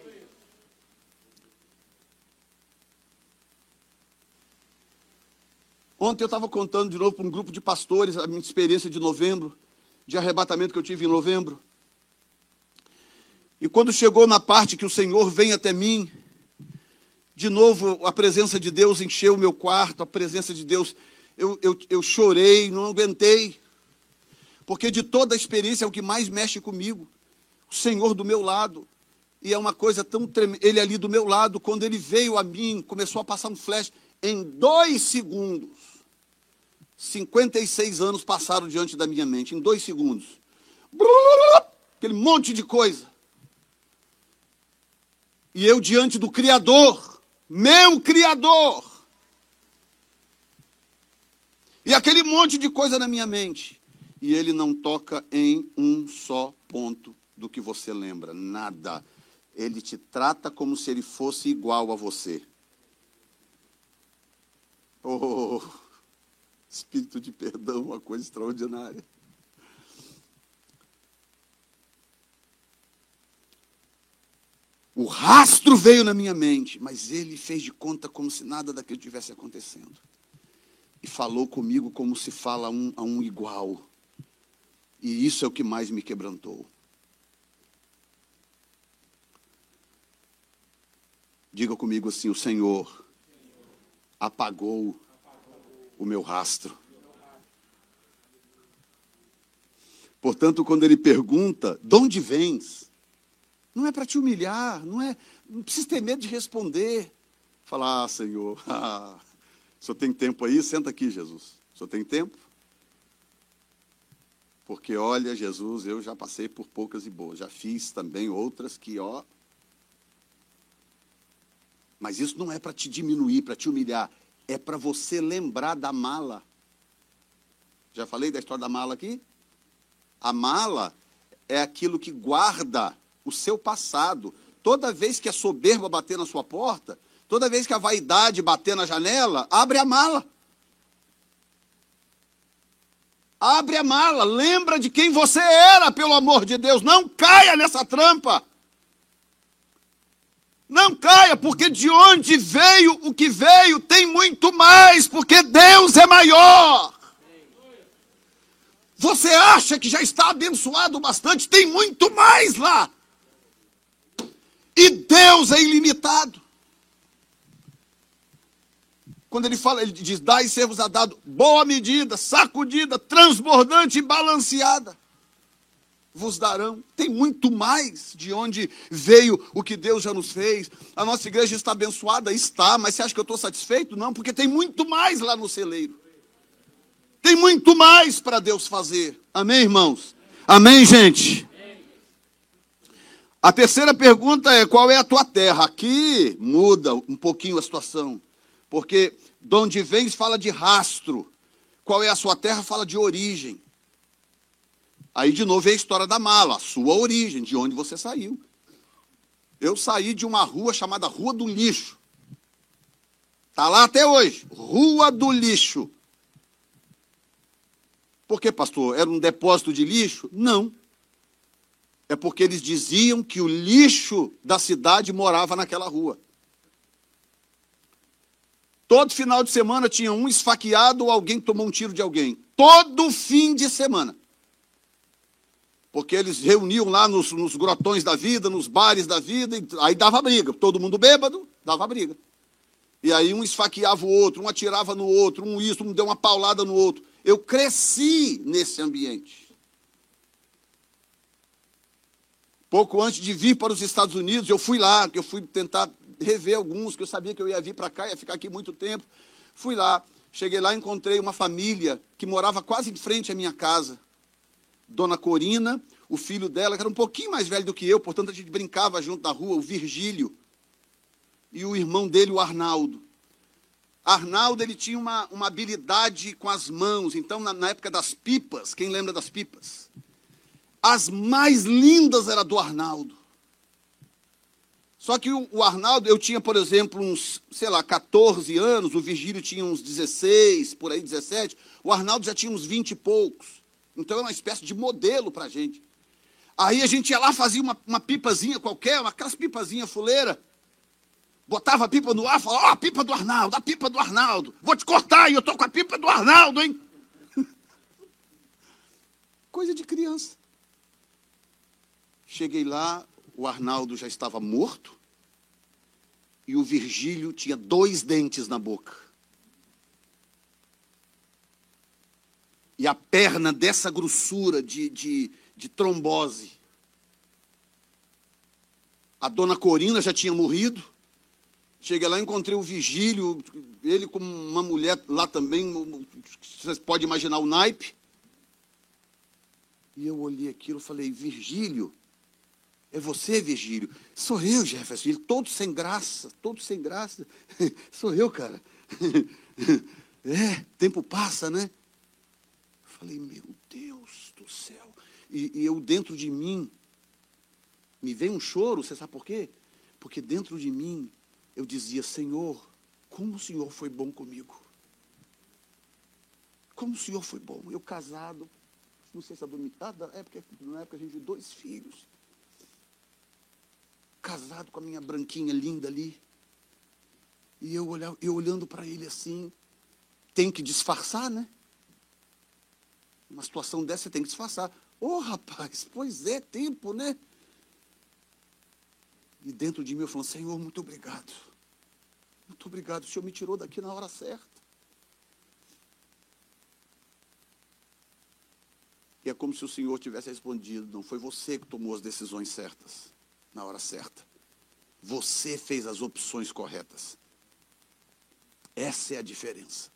Ontem eu estava contando de novo para um grupo de pastores a minha experiência de novembro, de arrebatamento que eu tive em novembro. E quando chegou na parte que o Senhor vem até mim, de novo a presença de Deus encheu o meu quarto, a presença de Deus, eu, eu, eu chorei, não aguentei. Porque de toda a experiência é o que mais mexe comigo. O Senhor do meu lado. E é uma coisa tão tremenda. Ele ali do meu lado, quando ele veio a mim, começou a passar um flash, em dois segundos, cinquenta e seis anos passaram diante da minha mente, em dois segundos. Aquele monte de coisa. E eu diante do Criador, meu Criador. E aquele monte de coisa na minha mente. E ele não toca em um só ponto do que você lembra, nada. Ele te trata como se ele fosse igual a você. Oh, espírito de perdão, uma coisa extraordinária. O rastro veio na minha mente, mas ele fez de conta como se nada daquilo estivesse acontecendo. E falou comigo como se fala a um, a um igual. E isso é o que mais me quebrantou. Diga comigo assim: o Senhor apagou o meu rastro. Portanto, quando ele pergunta, de onde vens? Não é para te humilhar, não é, não precisa ter medo de responder. Falar: ah, Senhor, ah, o senhor tem tempo aí? Senta aqui, Jesus. O senhor tem tempo? Porque, olha, Jesus, eu já passei por poucas e boas. Já fiz também outras que, ó... Mas isso não é para te diminuir, para te humilhar. É para você lembrar da mala. Já falei da história da mala aqui? A mala é aquilo que guarda o seu passado. Toda vez que a soberba bater na sua porta, toda vez que a vaidade bater na janela, abre a mala. Abre a mala, lembra de quem você era, pelo amor de Deus. Não caia nessa trampa. Não caia, porque de onde veio o que veio tem muito mais, porque Deus é maior. Você acha que já está abençoado bastante? Tem muito mais lá. E Deus é ilimitado. Quando ele fala, ele diz: dai e ser-vos-á dado boa medida, sacudida, transbordante e balanceada. Vos darão. Tem muito mais de onde veio o que Deus já nos fez. A nossa igreja está abençoada? Está, mas você acha que eu estou satisfeito? Não, porque tem muito mais lá no celeiro. Tem muito mais para Deus fazer. Amém, irmãos? Amém, gente? A terceira pergunta é: qual é a tua terra? Aqui muda um pouquinho a situação. Porque de onde vens fala de rastro. Qual é a sua terra? Fala de origem. Aí de novo é a história da mala, a sua origem, de onde você saiu. Eu saí de uma rua chamada Rua do Lixo. Está lá até hoje, Rua do Lixo. Por quê, pastor? Era um depósito de lixo? Não. É porque eles diziam que o lixo da cidade morava naquela rua. Todo final de semana tinha um esfaqueado ou alguém que tomou um tiro de alguém. Todo fim de semana. Porque eles reuniam lá nos, nos grotões da vida, nos bares da vida, e aí dava briga. Todo mundo bêbado, dava briga. E aí um esfaqueava o outro, um atirava no outro, um isso, um deu uma paulada no outro. Eu cresci nesse ambiente. Pouco antes de vir para os Estados Unidos, eu fui lá, que eu fui tentar rever alguns, que eu sabia que eu ia vir para cá, ia ficar aqui muito tempo. Fui lá, cheguei lá, encontrei uma família que morava quase em frente à minha casa. Dona Corina, o filho dela, que era um pouquinho mais velho do que eu, portanto a gente brincava junto na rua, o Virgílio, e o irmão dele, o Arnaldo. Arnaldo, ele tinha uma, uma habilidade com as mãos. Então, na, na época das pipas, quem lembra das pipas? As mais lindas eram do Arnaldo. Só que o, o Arnaldo, eu tinha, por exemplo, uns, sei lá, quatorze anos, o Virgílio tinha uns dezesseis, por aí, dezessete, o Arnaldo já tinha uns vinte e poucos. Então, era uma espécie de modelo para a gente. Aí a gente ia lá, fazia uma, uma pipazinha qualquer, uma, aquelas pipazinhas fuleira, botava a pipa no ar, falava: ó, a pipa do Arnaldo, a pipa do Arnaldo, vou te cortar e eu tô com a pipa do Arnaldo, hein? Coisa de criança. Cheguei lá, o Arnaldo já estava morto e o Virgílio tinha dois dentes na boca. E a perna dessa grossura de, de, de trombose. A dona Corina já tinha morrido. Cheguei lá, encontrei o Virgílio, ele com uma mulher lá também, você pode imaginar o naipe. E eu olhei aquilo e falei: Virgílio, é você, Virgílio? Sou eu, Jefferson. Ele todo sem graça, todo sem graça. Sou eu, cara. É, tempo passa, né? Falei: meu Deus do céu. E, e eu dentro de mim, me veio um choro, você sabe por quê? Porque dentro de mim, eu dizia: Senhor, como o Senhor foi bom comigo. Como o Senhor foi bom. Eu casado, não sei se é domitada, é porque na época a gente tinha dois filhos. Casado com a minha branquinha linda ali. E eu, olhava, eu olhando para ele assim, tenho que disfarçar, né? Uma situação dessa você tem que disfarçar. Ô, oh, rapaz, pois é, tempo, né? E dentro de mim eu falando, Senhor, muito obrigado. Muito obrigado, o Senhor me tirou daqui na hora certa. E é como se o Senhor tivesse respondido, não foi você que tomou as decisões certas, na hora certa. Você fez as opções corretas. Essa é a diferença.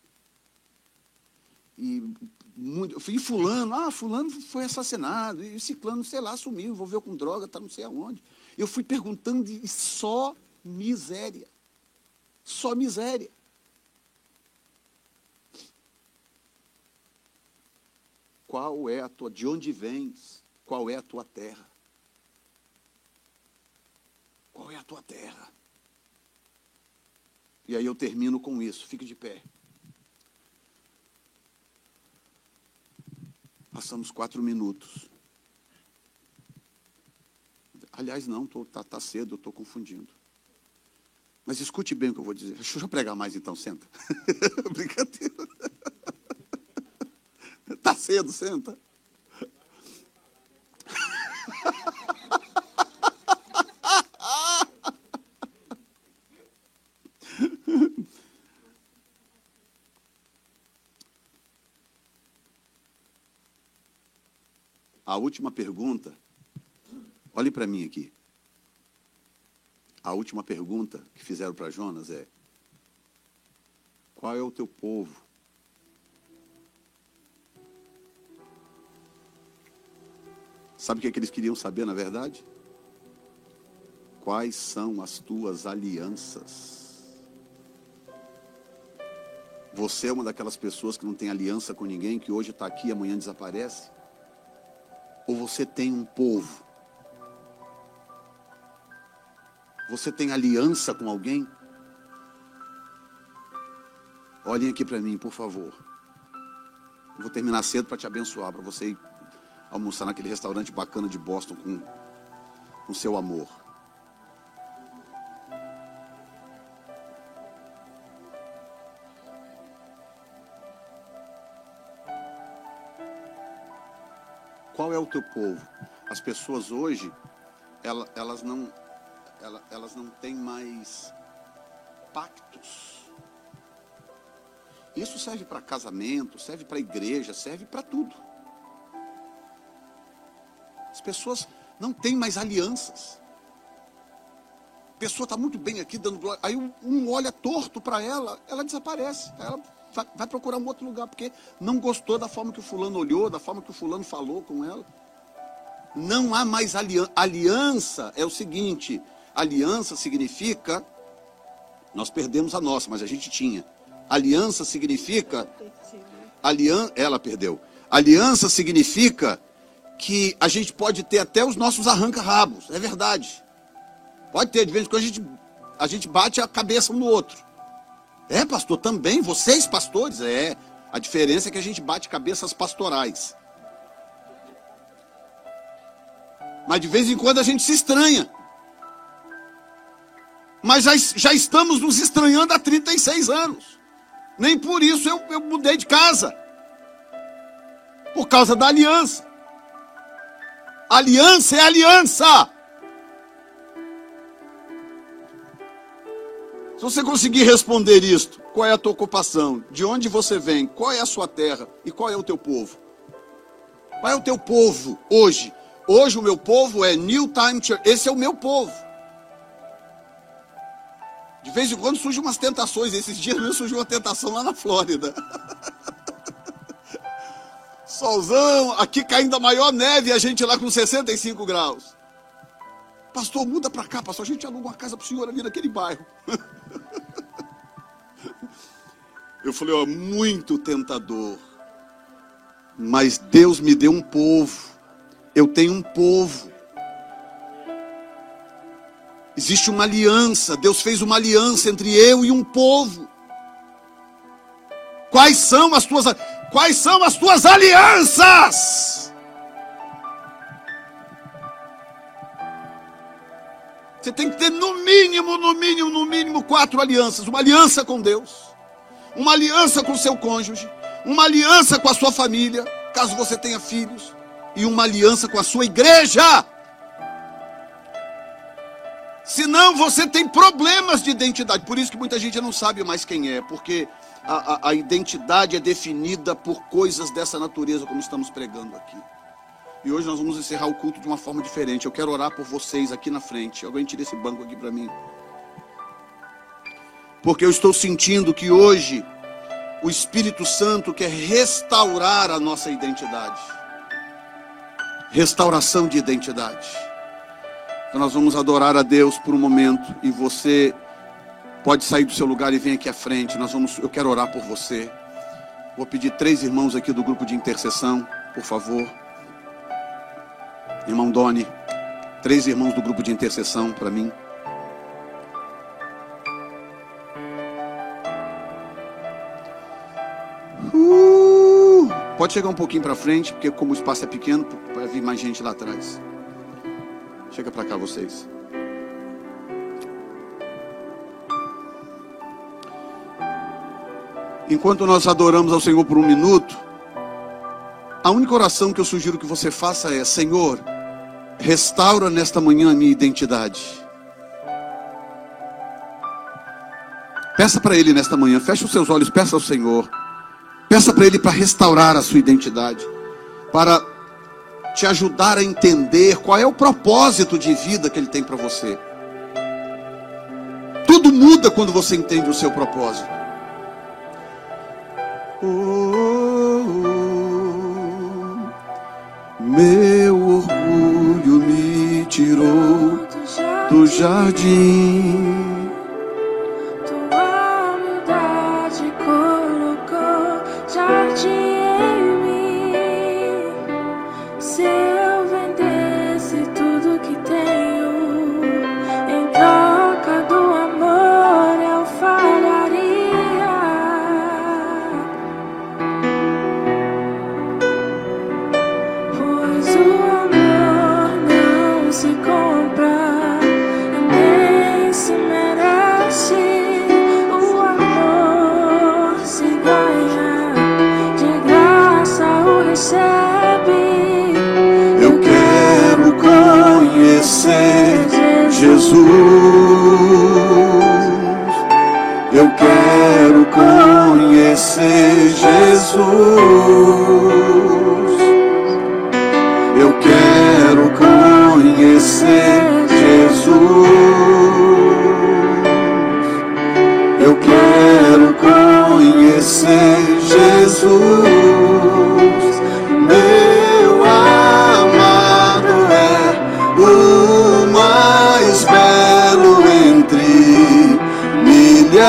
E muito, eu fui fulano, ah, fulano foi assassinado, e ciclano, sei lá, sumiu, envolveu com droga, está não sei aonde. Eu fui perguntando e só miséria. Só miséria. Qual é a tua, de onde vens? Qual é a tua terra? Qual é a tua terra? E aí eu termino com isso, fique de pé. Passamos quatro minutos. Aliás, não, tô, tá, tá cedo, eu estou confundindo. Mas escute bem o que eu vou dizer. Deixa eu pregar mais então, senta. Brincadeira. Tá cedo, senta. A última pergunta, olhe para mim aqui. A última pergunta que fizeram para Jonas é: qual é o teu povo? Sabe o que, é que eles queriam saber, na verdade? Quais são as tuas alianças? Você é uma daquelas pessoas que não tem aliança com ninguém, que hoje está aqui e amanhã desaparece? Ou você tem um povo? Você tem aliança com alguém? Olhem aqui para mim, por favor. Eu vou terminar cedo para te abençoar, para você ir almoçar naquele restaurante bacana de Boston com, com seu amor. Qual é o teu povo? As pessoas hoje, elas, elas, não, elas, elas não têm mais pactos. Isso serve para casamento, serve para igreja, serve para tudo. As pessoas não têm mais alianças. A pessoa está muito bem aqui, dando glória. Aí um olha torto para ela, ela desaparece. Ela vai, vai procurar um outro lugar, porque não gostou da forma que o fulano olhou, da forma que o fulano falou com ela. Não há mais aliança. Aliança é o seguinte, aliança significa, nós perdemos a nossa, mas a gente tinha. Aliança significa, alian, ela perdeu. Aliança significa que a gente pode ter até os nossos arranca-rabos, é verdade. Pode ter, de vez em quando a gente, a gente bate a cabeça um no outro. É, pastor, também, vocês pastores, é. A diferença é que a gente bate cabeças pastorais. Mas de vez em quando a gente se estranha. Mas já, já estamos nos estranhando há trinta e seis anos. Nem por isso eu, eu mudei de casa. Por causa da aliança. Aliança é aliança. Se você conseguir responder isto, qual é a tua ocupação? De onde você vem? Qual é a sua terra? E qual é o teu povo? Qual é o teu povo hoje? Hoje o meu povo é New Time Church. Esse é o meu povo. De vez em quando surgem umas tentações. Esses dias mesmo surgiu uma tentação lá na Flórida. Solzão, aqui caindo a maior neve e a gente lá com sessenta e cinco graus. Pastor, muda para cá, pastor. A gente aluga uma casa para o senhor ali naquele bairro. Eu falei, ó, muito tentador. Mas Deus me deu um povo. Eu tenho um povo. Existe uma aliança. Deus fez uma aliança entre eu e um povo. Quais são as tuas, quais são as tuas alianças? Você tem que ter no mínimo, no mínimo, no mínimo quatro alianças. Uma aliança com Deus, uma aliança com o seu cônjuge, uma aliança com a sua família, caso você tenha filhos, e uma aliança com a sua igreja. Senão você tem problemas de identidade. Por isso que muita gente não sabe mais quem é, porque a, a, a identidade é definida por coisas dessa natureza, como estamos pregando aqui. E hoje nós vamos encerrar o culto de uma forma diferente. Eu quero orar por vocês aqui na frente. Alguém tira esse banco aqui para mim. Porque eu estou sentindo que hoje o Espírito Santo quer restaurar a nossa identidade. Restauração de identidade. Então nós vamos adorar a Deus por um momento. E você pode sair do seu lugar e vir aqui à frente. Nós vamos, eu quero orar por você. Vou pedir três irmãos aqui do grupo de intercessão, por favor. Irmão Doni, três irmãos do grupo de intercessão para mim. Uh, pode chegar um pouquinho para frente, porque como o espaço é pequeno, vai vir mais gente lá atrás. Chega para cá vocês. Enquanto nós adoramos ao Senhor por um minuto, a única oração que eu sugiro que você faça é: Senhor, restaura nesta manhã a minha identidade. Peça para Ele nesta manhã, feche os seus olhos, peça ao Senhor. Peça para Ele para restaurar a sua identidade, para te ajudar a entender qual é o propósito de vida que Ele tem para você. Tudo muda quando você entende o seu propósito. Oh, meu orgulho me tirou do jardim. Tua humildade colocou jardim em mim. Se eu vendesse tudo que tenho em troca do amor, eu falharia. Pois o amor não se compra, nem se merece. O amor se ganha, de graça o recebe. Eu quero conhecer Jesus. Eu quero conhecer Jesus. Eu quero conhecer Jesus. Eu quero conhecer Jesus. Meu amado é o mais belo entre milhares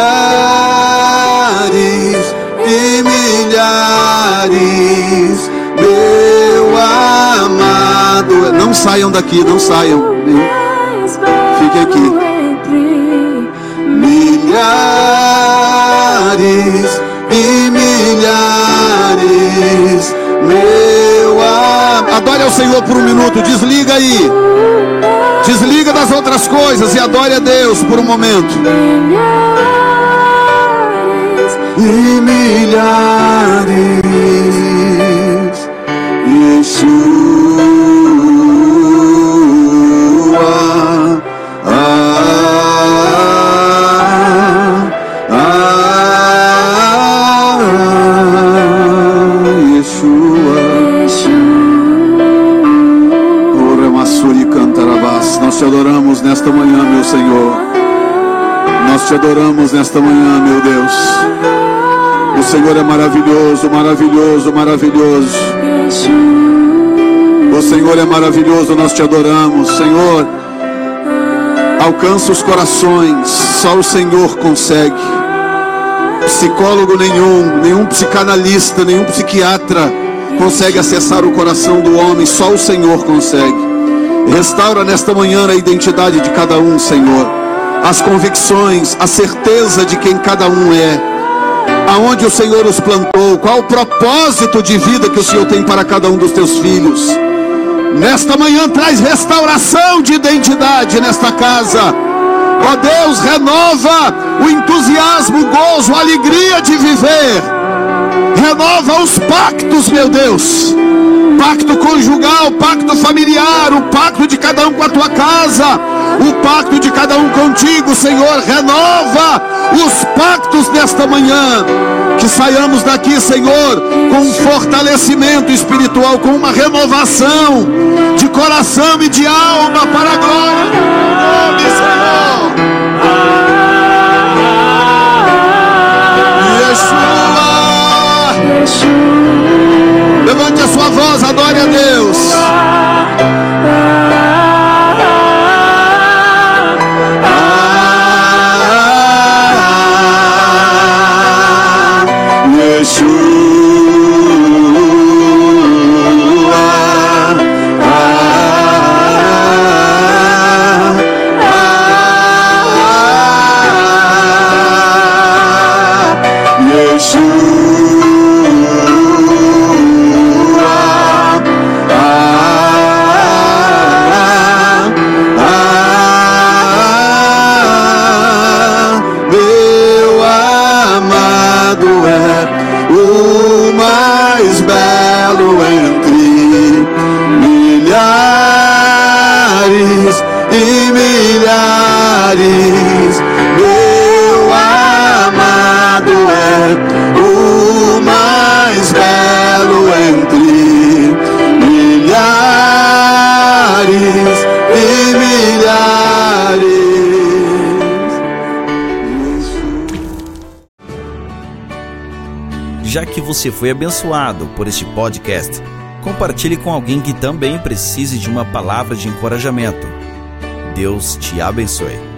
e milhares. Meu amado é... Não saiam daqui, não saiam. Fiquem aqui. Milhares e milhares. Meu amado. Adore ao Senhor por um minuto. Desliga aí. Desliga das outras coisas e adore a Deus por um momento. E milhares. Yeshua. Nós te adoramos nesta manhã, meu Senhor. Nós te adoramos nesta manhã, meu Deus. O Senhor é maravilhoso, maravilhoso, maravilhoso. O Senhor é maravilhoso, nós te adoramos. Senhor, alcança os corações, só o Senhor consegue. Psicólogo nenhum, nenhum psicanalista, nenhum psiquiatra consegue acessar o coração do homem, só o Senhor consegue. Restaura nesta manhã a identidade de cada um, Senhor. As convicções, a certeza de quem cada um é. Aonde o Senhor os plantou. Qual o propósito de vida que o Senhor tem para cada um dos teus filhos. Nesta manhã traz restauração de identidade nesta casa. Ó Deus, renova o entusiasmo, o gozo, a alegria de viver. Renova os pactos, meu Deus. Pacto conjugal, pacto familiar, o pacto de cada um com a tua casa, o pacto de cada um contigo, Senhor. Renova os pactos nesta manhã. Que saiamos daqui, Senhor, com um fortalecimento espiritual, com uma renovação de coração e de alma para a glória do nome, Senhor. Yeshua. Levante a sua voz, adore a Deus. Já que você foi abençoado por este podcast, compartilhe com alguém que também precise de uma palavra de encorajamento. Deus te abençoe.